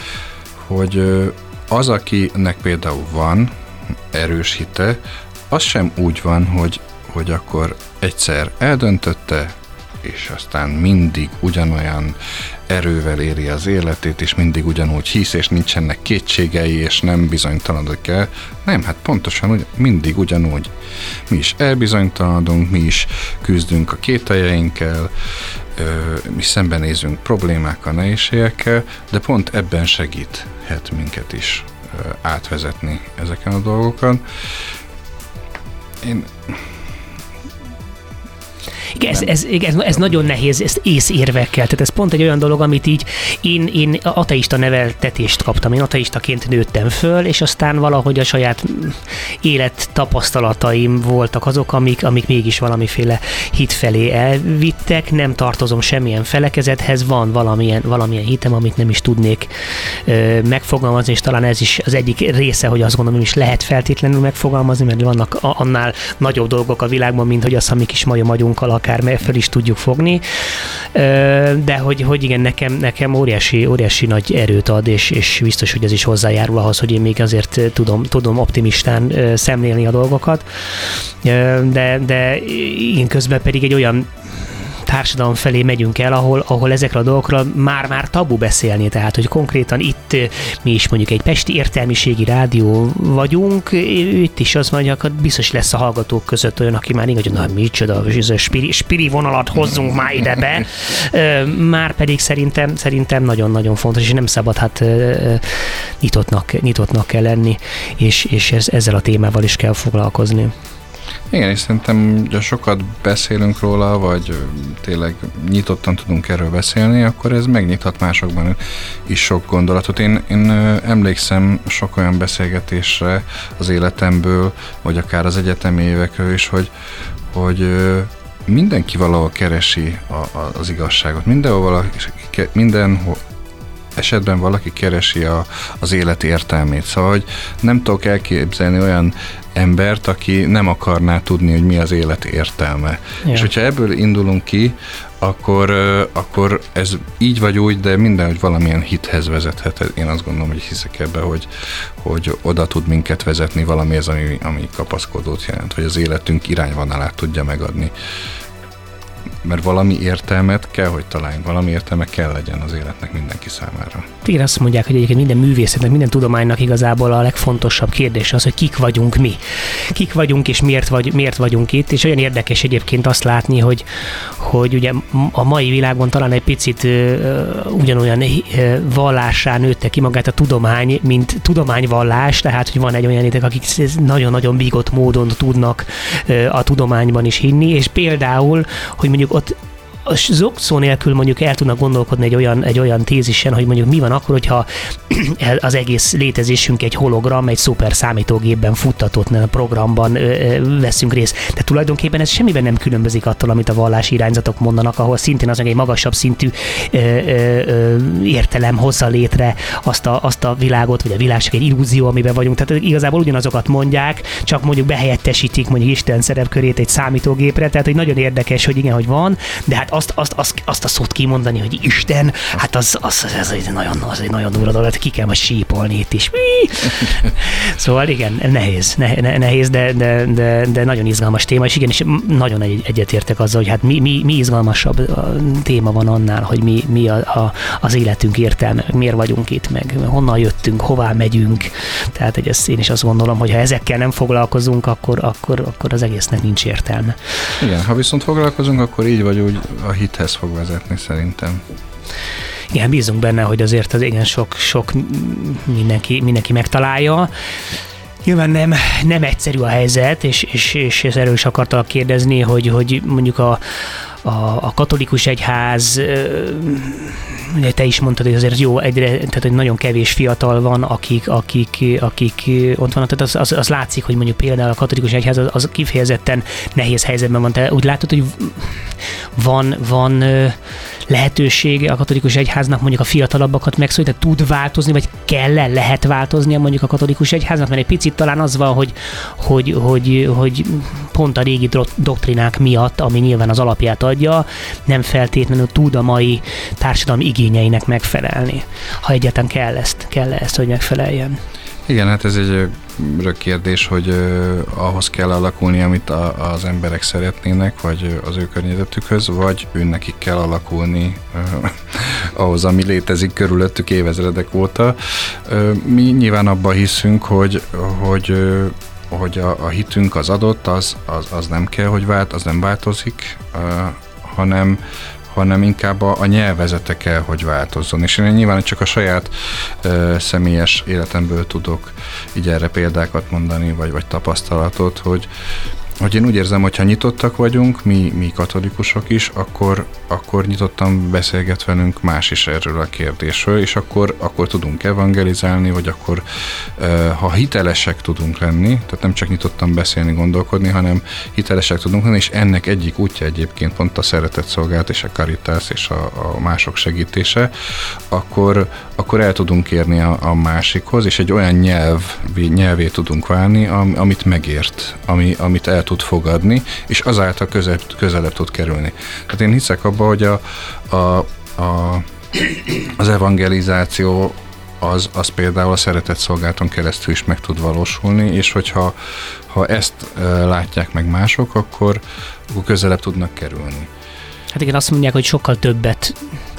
hogy az, akinek például van erős hite, az sem úgy van, hogy, hogy akkor egyszer eldöntötte, és aztán mindig ugyanolyan erővel éri az életét, és mindig ugyanúgy hisz, és nincsenek kétségei, és nem bizonytalanik el. Nem, hát pontosan ugy, mindig ugyanúgy. Mi is elbizonytalanodunk, mi is küzdünk a kételjeinkkel, mi szembenézünk problémákkal, nehézségekkel, de pont ebben segíthet minket is átvezetni ezeken a dolgokat. Én... Igen, ez, ez, ez, ez nagyon nehéz, ezt észérvekkel, tehát ez pont egy olyan dolog, amit így én, én ateista neveltetést kaptam, én ateistaként nőttem föl, és aztán valahogy a saját élettapasztalataim voltak azok, amik, amik mégis valamiféle hit felé elvittek, nem tartozom semmilyen felekezethez, van valamilyen, valamilyen hitem, amit nem is tudnék ö, megfogalmazni, és talán ez is az egyik része, hogy azt gondolom, is lehet feltétlenül megfogalmazni, mert vannak annál nagyobb dolgok a világban, mint hogy az, ha mi kis majom agyunkkal akár akár föl is tudjuk fogni, de hogy, hogy igen, nekem, nekem óriási, óriási nagy erőt ad, és, és biztos, hogy ez is hozzájárul ahhoz, hogy én még azért tudom, tudom optimistán szemlélni a dolgokat, de, de én közben pedig egy olyan társadalom felé megyünk el, ahol, ahol ezekről a dolgokról már-már tabu beszélni, tehát, hogy konkrétan itt mi is mondjuk egy pesti értelmiségi rádió vagyunk, itt is az mondja, hogy biztos lesz a hallgatók között olyan, aki már így, hogy na micsoda, spiri, spiri vonalat hozzunk már ide be, már pedig szerintem, szerintem nagyon-nagyon fontos, és nem szabad, hát nyitottnak, nyitottnak kell lenni, és, és ez, ezzel a témával is kell foglalkozni. Igen, és szerintem, ha sokat beszélünk róla, vagy tényleg nyitottan tudunk erről beszélni, akkor ez megnyithat másokban is sok gondolatot. Én, én emlékszem sok olyan beszélgetésre az életemből, vagy akár az egyetemi évekről is, hogy, hogy mindenki valahol keresi a, a, az igazságot. Mindenhol valaki, mindenhol esetben valaki keresi a, az élet értelmét. Szóval, hogy nem tudok elképzelni olyan embert, aki nem akarná tudni, hogy mi az élet értelme. Ja. És hogyha ebből indulunk ki, akkor, akkor ez így vagy úgy, de mindenhogy valamilyen hithez vezethet. Én azt gondolom, hogy hiszek ebbe, hogy, hogy oda tud minket vezetni valami ez, ami, ami kapaszkodót jelent, hogy az életünk irányvonalát tudja megadni. Mert valami értelmet kell, hogy találjunk, valami értelme kell legyen az életnek mindenki számára. Igen, azt mondják, hogy egyébként minden művészetnek, minden tudománynak igazából a legfontosabb kérdés az, hogy kik vagyunk mi. Kik vagyunk és miért, vagy, miért vagyunk itt, és olyan érdekes egyébként azt látni, hogy, hogy ugye a mai világban talán egy picit uh, ugyanolyan uh, vallássá nőtte ki magát a tudomány, mint tudományvallás, tehát hogy van egy olyan ideg, akik nagyon-nagyon bígott módon tudnak uh, a tudományban is hinni, és például, hogy mondjuk ott a szó nélkül mondjuk el tudnak gondolkodni egy olyan, egy olyan tézisen, hogy mondjuk mi van akkor, hogyha az egész létezésünk egy hologram, egy szuper számítógépben futtatott programban ö, ö, veszünk részt. De tulajdonképpen ez semmiben nem különbözik attól, amit a vallási irányzatok mondanak, ahol szintén az egy magasabb szintű ö, ö, ö, értelem hozza létre azt a, azt a világot, vagy a világ csak egy illúzió, amiben vagyunk. Tehát igazából ugyanazokat mondják, csak mondjuk behelyettesítik mondjuk Isten szerepkörét egy számítógépre, tehát hogy nagyon érdekes, hogy igen, hogy van, de hát azt, azt, azt, azt a szót kimondani, hogy Isten, hát az, az, az, az, egy, nagyon, az egy nagyon durva dolog, ki kell majd sípolni itt is. Szóval igen, nehéz, ne, nehéz, de, de, de, de nagyon izgalmas téma, és igen, és nagyon egy, egyetértek azzal, hogy hát mi, mi, mi izgalmasabb téma van annál, hogy mi, mi a, a, az életünk értelme, miért vagyunk itt, meg honnan jöttünk, hová megyünk. Tehát hogy ezt én is azt gondolom, hogy ha ezekkel nem foglalkozunk, akkor, akkor, akkor az egésznek nincs értelme. Igen, ha viszont foglalkozunk, akkor így vagy úgy a hithez fog vezetni szerintem. Igen, bízunk benne, hogy azért az igen sok, sok mindenki, mindenki megtalálja. Nyilván nem, nem egyszerű a helyzet, és, és, és erről is akartalak kérdezni, hogy, hogy mondjuk a, a, a katolikus egyház, ugye te is mondtad, hogy azért jó, egyre, tehát hogy nagyon kevés fiatal van, akik, akik, akik ott vannak, tehát az, az, az látszik, hogy mondjuk például a katolikus egyház az, az kifejezetten nehéz helyzetben van. Te úgy látod, hogy van, van lehetősége a katolikus egyháznak mondjuk a fiatalabbakat megszólítani, tehát tud változni, vagy kell-e, lehet változnia mondjuk a katolikus egyháznak, mert egy picit talán az van, hogy, hogy, hogy, hogy pont a régi doktrinák miatt, ami nyilván az alapját adja, nem feltétlenül tud a mai társadalom igényeinek megfelelni. Ha egyáltalán kell ezt, kell ezt, hogy megfeleljen. Igen, hát ez egy örök kérdés, hogy uh, ahhoz kell alakulni, amit a, az emberek szeretnének, vagy az ő környezetükhöz, vagy őnekik kell alakulni uh, ahhoz, ami létezik körülöttük évezredek óta. Uh, mi nyilván abban hiszünk, hogy, hogy uh, hogy a, a hitünk az adott, az, az, az nem kell, hogy vált, az nem változik, uh, hanem hanem inkább a, a nyelvezete kell, hogy változzon. És én nyilván csak a saját ö, személyes életemből tudok így erre példákat mondani, vagy, vagy tapasztalatot, hogy, hogy én úgy érzem, hogy ha nyitottak vagyunk, mi, mi katolikusok is, akkor, akkor nyitottan beszélget velünk más is erről a kérdésről, és akkor, akkor tudunk evangelizálni, vagy akkor ha hitelesek tudunk lenni, tehát nem csak nyitottan beszélni, gondolkodni, hanem hitelesek tudunk lenni, és ennek egyik útja egyébként pont a szeretetszolgálat és a karitás és a, a mások segítése, akkor, akkor el tudunk érni a, a másikhoz, és egy olyan nyelv, nyelvé tudunk válni, am, amit megért, ami, amit el tud fogadni, és azáltal közelebb, közelebb tud kerülni. Tehát én hiszek abba, hogy a, a, a, az evangelizáció az, az például a szeretett szolgálaton keresztül is meg tud valósulni, és hogyha ha ezt e, látják meg mások, akkor, akkor közelebb tudnak kerülni. Hát igen, azt mondják, hogy sokkal többet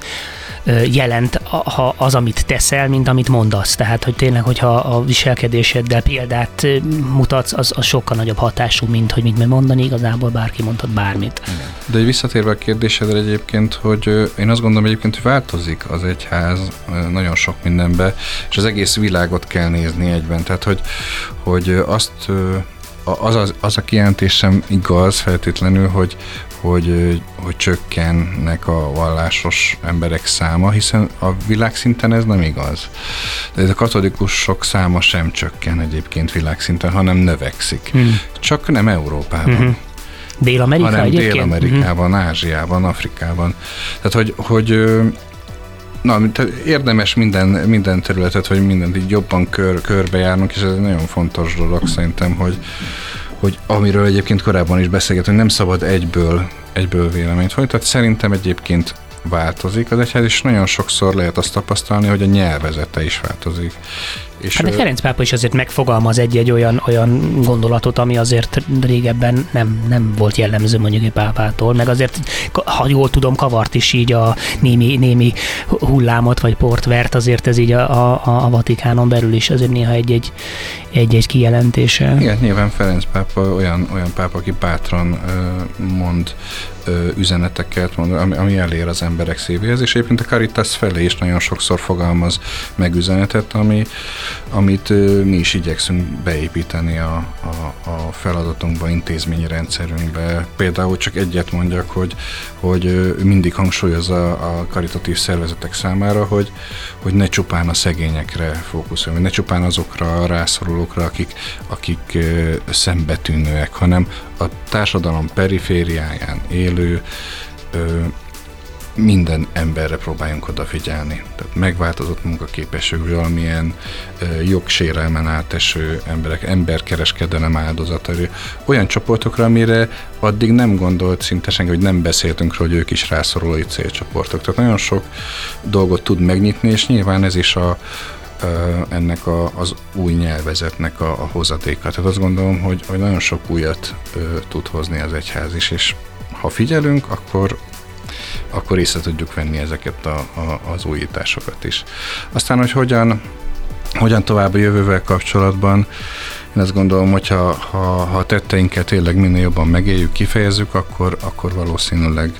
jelent ha az, amit teszel, mint amit mondasz. Tehát, hogy tényleg, hogyha a viselkedéseddel példát mutatsz, az, az sokkal nagyobb hatású, mint hogy mit mondani, igazából bárki mondhat bármit. Igen. De egy visszatérve a kérdésedre egyébként, hogy én azt gondolom egyébként, hogy változik az egyház nagyon sok mindenbe, és az egész világot kell nézni egyben. Tehát, hogy, hogy azt az, az, az a kijelentés sem igaz feltétlenül, hogy Hogy, hogy csökkennek a vallásos emberek száma, hiszen a világszinten ez nem igaz. De a katolikusok száma sem csökken egyébként világszinten, hanem növekszik. Hmm. Csak nem Európában. Hmm. Dél-Amerika hanem egyébként? Dél-Amerikában, hmm. Ázsiában, Afrikában. Tehát, hogy, hogy na, érdemes minden, minden területet, vagy mindent így jobban kör, körbejárnunk, és ez egy nagyon fontos dolog szerintem, hogy hogy amiről egyébként korábban is beszélgetünk, nem szabad egyből, egyből véleményt folytatni. Szerintem egyébként változik az egyház, és nagyon sokszor lehet azt tapasztalni, hogy a nyelvezete is változik. És hát de Ferenc pápa is azért megfogalmaz egy-egy olyan, olyan gondolatot, ami azért régebben nem, nem volt jellemző mondjuk egy pápától, meg azért, ha jól tudom, kavart is így a némi, némi hullámot, vagy portvert, azért ez így a, a, a Vatikánon belül is azért néha egy-egy, egy-egy kijelentése. Igen, nyilván Ferenc pápa olyan, olyan pápa, aki bátran mond üzeneteket, mond, ami, ami elér az emberek szívéhez, és éppen a Caritas felé is nagyon sokszor fogalmaz meg üzenetet, ami amit mi is igyekszünk beépíteni a, a, a feladatunkba, intézményi rendszerünkbe. Például csak egyet mondjak, hogy, hogy mindig hangsúlyozza a karitatív szervezetek számára, hogy, hogy ne csupán a szegényekre fókuszoljon, ne csupán azokra a rászorulókra, akik, akik szembetűnőek, hanem a társadalom perifériáján élő minden emberre próbáljunk odafigyelni. Tehát megváltozott munkaképességű, valamilyen ö, jogsérelmen áteső emberek, emberkereskedelem áldozatai, olyan csoportokra, amire addig nem gondolt szinte senki, hogy nem beszéltünk róla, hogy ők is rászorulói célcsoportok. Tehát nagyon sok dolgot tud megnyitni, és nyilván ez is a ennek a, az új nyelvezetnek a, a hozadéka. Tehát azt gondolom, hogy, hogy nagyon sok újat ö, tud hozni az egyház is, és ha figyelünk, akkor akkor észre tudjuk venni ezeket a, a, az újításokat is. Aztán, hogy hogyan, hogyan tovább a jövővel kapcsolatban, én azt gondolom, hogy ha, ha, ha a tetteinket tényleg minél jobban megéljük, kifejezzük, akkor, akkor valószínűleg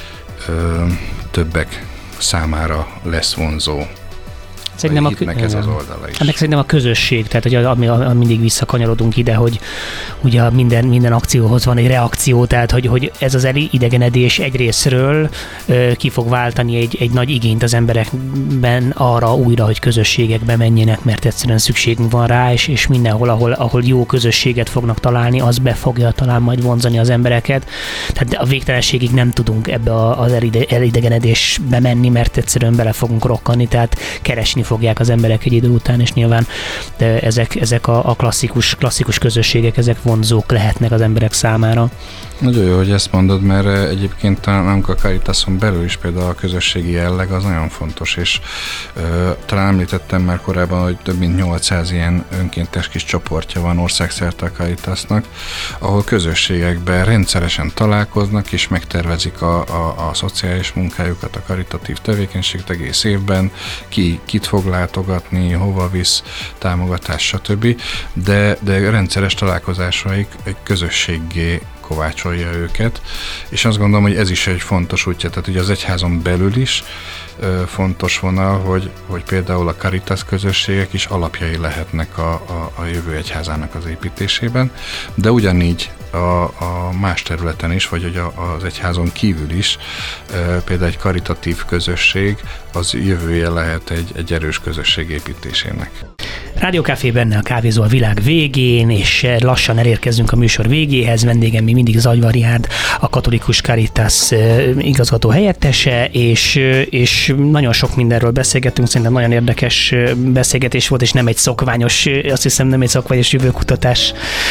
ö, többek számára lesz vonzó. Szerintem a, ez az oldala is. Ennek szerintem a közösség, tehát hogy ami, ami mindig visszakanyarodunk ide, hogy ugye minden, minden akcióhoz van egy reakció, tehát hogy, hogy ez az elidegenedés egyrészről ö, ki fog váltani egy, egy nagy igényt az emberekben arra újra, hogy közösségekbe menjenek, mert egyszerűen szükségünk van rá, és, és mindenhol, ahol, ahol jó közösséget fognak találni, az be fogja talán majd vonzani az embereket. Tehát a végtelenségig nem tudunk ebbe az elidegenedésbe menni, mert egyszerűen bele fogunk rokkani, tehát keresni fogják az emberek egy idő után, és nyilván de ezek, ezek a, a klasszikus, klasszikus közösségek, ezek vonzók lehetnek az emberek számára. Nagyon jó, hogy ezt mondod, mert egyébként talán a Caritason belül is például a közösségi jelleg az nagyon fontos, és ö, talán említettem már korábban, hogy több mint nyolcszáz ilyen önkéntes kis csoportja van országszerte a Caritasnak, ahol közösségekben rendszeresen találkoznak, és megtervezik a, a, a szociális munkájukat, a karitatív tevékenységet egész évben, ki kit fog látogatni, hova visz, támogatás, stb. De, de rendszeres találkozásaik egy közösséggé kovácsolja őket, és azt gondolom, hogy ez is egy fontos útja, tehát ugye az egyházon belül is ö, fontos vonal, hogy, hogy például a Caritas közösségek is alapjai lehetnek a, a, a jövő egyházának az építésében, de ugyanígy a, a más területen is, vagy hogy a, az egyházon kívül is, ö, például egy karitatív közösség az jövője lehet egy, egy erős közösség építésének. Rádiókafé benne a kávézó a világ végén, és lassan elérkezünk a műsor végéhez. Vendégem még mindig Zagyva Richárd, a Katolikus Caritas igazgató helyettese, és, és nagyon sok mindenről beszélgettünk, szerintem nagyon érdekes beszélgetés volt, és nem egy szokványos, azt hiszem nem egy szokványos jövőkutatás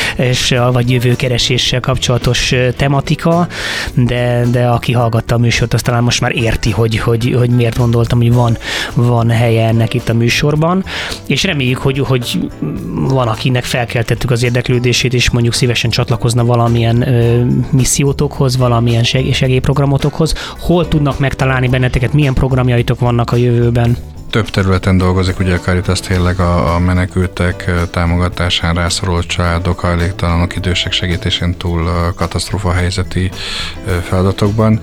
vagy jövőkereséssel kapcsolatos tematika, de, de aki hallgatta a műsort, azt talán most már érti, hogy, hogy, hogy miért gondoltam, hogy van, van helye ennek itt a műsorban, és reméljük, hogy, hogy van, akinek felkeltettük az érdeklődését, és mondjuk szívesen csatlakozna valamilyen ö, missziótokhoz, valamilyen seg- segélyprogramotokhoz. Hol tudnak megtalálni benneteket, milyen programjaitok vannak a jövőben? Több területen dolgozik, ugye a Caritas tényleg a, a menekültek támogatásán, rászorult családok, hajléktalanok, idősek segítésén túl a katasztrófa helyzeti feladatokban,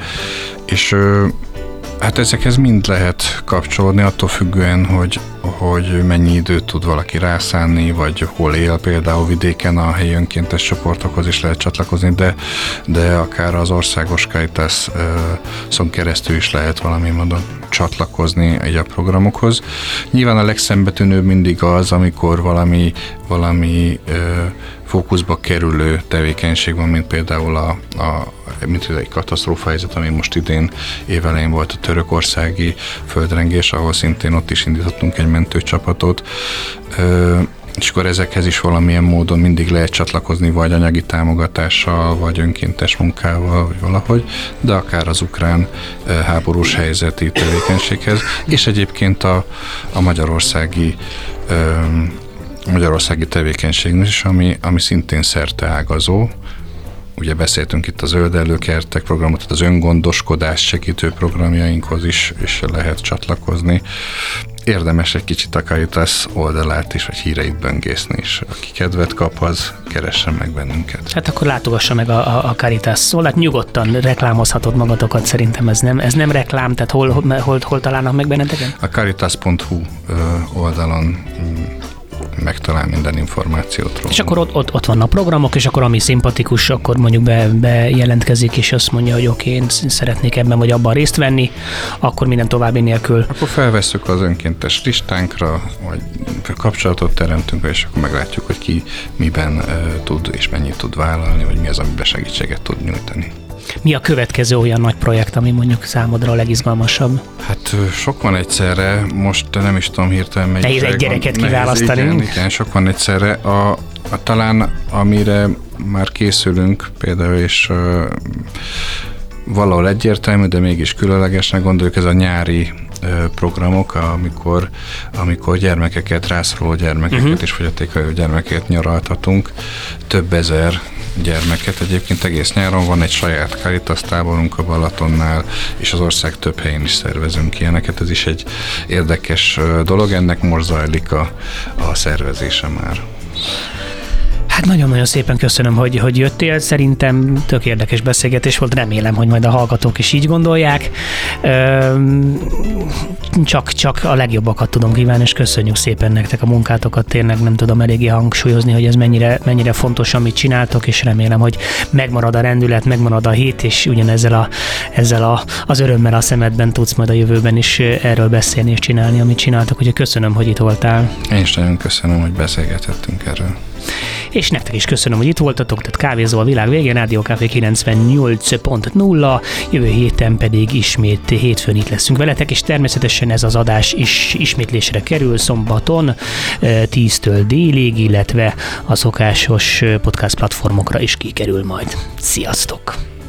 és hát ezekhez mind lehet kapcsolódni, attól függően, hogy, hogy mennyi időt tud valaki rászánni, vagy hol él, például vidéken a helyi önkéntes csoportokhoz is lehet csatlakozni, de, de akár az országos Caritas-on keresztül is lehet valami módon csatlakozni egy a programokhoz. Nyilván a legszembetűnőbb mindig az, amikor valami, valami ö, fókuszba kerülő tevékenység van, mint például a, a mint egy katasztrófa helyzet, ami most idén évelején volt a törökországi földrengés, ahol szintén ott is indítottunk egy mentőcsapatot, ö, és akkor ezekhez is valamilyen módon mindig lehet csatlakozni, vagy anyagi támogatással, vagy önkéntes munkával, vagy valahogy, de akár az ukrán háborús helyzeti tevékenységhez, és egyébként a, a magyarországi ö, magyarországi tevékenységnek is, ami, ami szintén szerteágazó. Ugye beszéltünk itt a zöld előkertek programot, tehát az öngondoskodás segítő programjainkhoz is, is lehet csatlakozni. Érdemes egy kicsit a Caritas oldalát is, vagy híreit böngészni is. Aki kedvet kap, az keressen meg bennünket. Hát akkor látogassa meg a, a, a Caritas oldalát, nyugodtan reklámozhatod magatokat, szerintem ez nem, ez nem reklám, tehát hol, hol, hol, hol találnak meg benneteket? A caritas pont hu oldalon megtalál minden információt róla. És akkor ott, ott, ott vannak programok, és akkor ami szimpatikus, akkor mondjuk be, bejelentkezik, és azt mondja, hogy oké, én szeretnék ebben vagy abban részt venni, akkor minden további nélkül. Akkor felvesszük az önkéntes listánkra, vagy kapcsolatot teremtünk, és akkor meglátjuk, hogy ki miben uh, tud és mennyit tud vállalni, vagy mi az, amiben segítséget tud nyújtani. Mi a következő olyan nagy projekt, ami mondjuk számodra a legizgalmasabb? Hát sok van egyszerre, most nem is tudom hirtelen melyik. Nehéz egy gyereket van, kiválasztani. Nehéz, igen, igen, sok van egyszerre. A, a, talán amire már készülünk például, és uh, valahol egyértelmű, de mégis különlegesnek gondoljuk, ez a nyári uh, programok, amikor, amikor gyermekeket, rászoruló gyermekeket uh-huh. és fogyatékkal élő gyermekeket nyaraltatunk. Több ezer gyermeket egyébként egész nyáron van egy saját Caritas táborunk a Balatonnál, és az ország több helyén is szervezünk ilyeneket. Ez is egy érdekes dolog, ennek most zajlik a, a szervezése már. Hát nagyon-nagyon szépen köszönöm, hogy, hogy jöttél. Szerintem tök érdekes beszélgetés volt. Remélem, hogy majd a hallgatók is így gondolják. Csak, csak a legjobbakat tudom kívánni, és köszönjük szépen nektek a munkátokat. Tényleg nem tudom eléggé hangsúlyozni, hogy ez mennyire, mennyire fontos, amit csináltok, és remélem, hogy megmarad a rendület, megmarad a hét, és ugyanezzel a, ezzel a, az örömmel a szemedben tudsz majd a jövőben is erről beszélni és csinálni, amit csináltok. Úgyhogy köszönöm, hogy itt voltál. Én is nagyon köszönöm, hogy beszélgethettünk erről. És nektek is köszönöm, hogy itt voltatok, tehát kávézó a világ végén, Rádiókafé kilencvennyolc pont nulla, jövő héten pedig ismét hétfőn itt leszünk veletek, és természetesen ez az adás is ismétlésre kerül szombaton tíztől délig, illetve a szokásos podcast platformokra is kikerül majd. Sziasztok!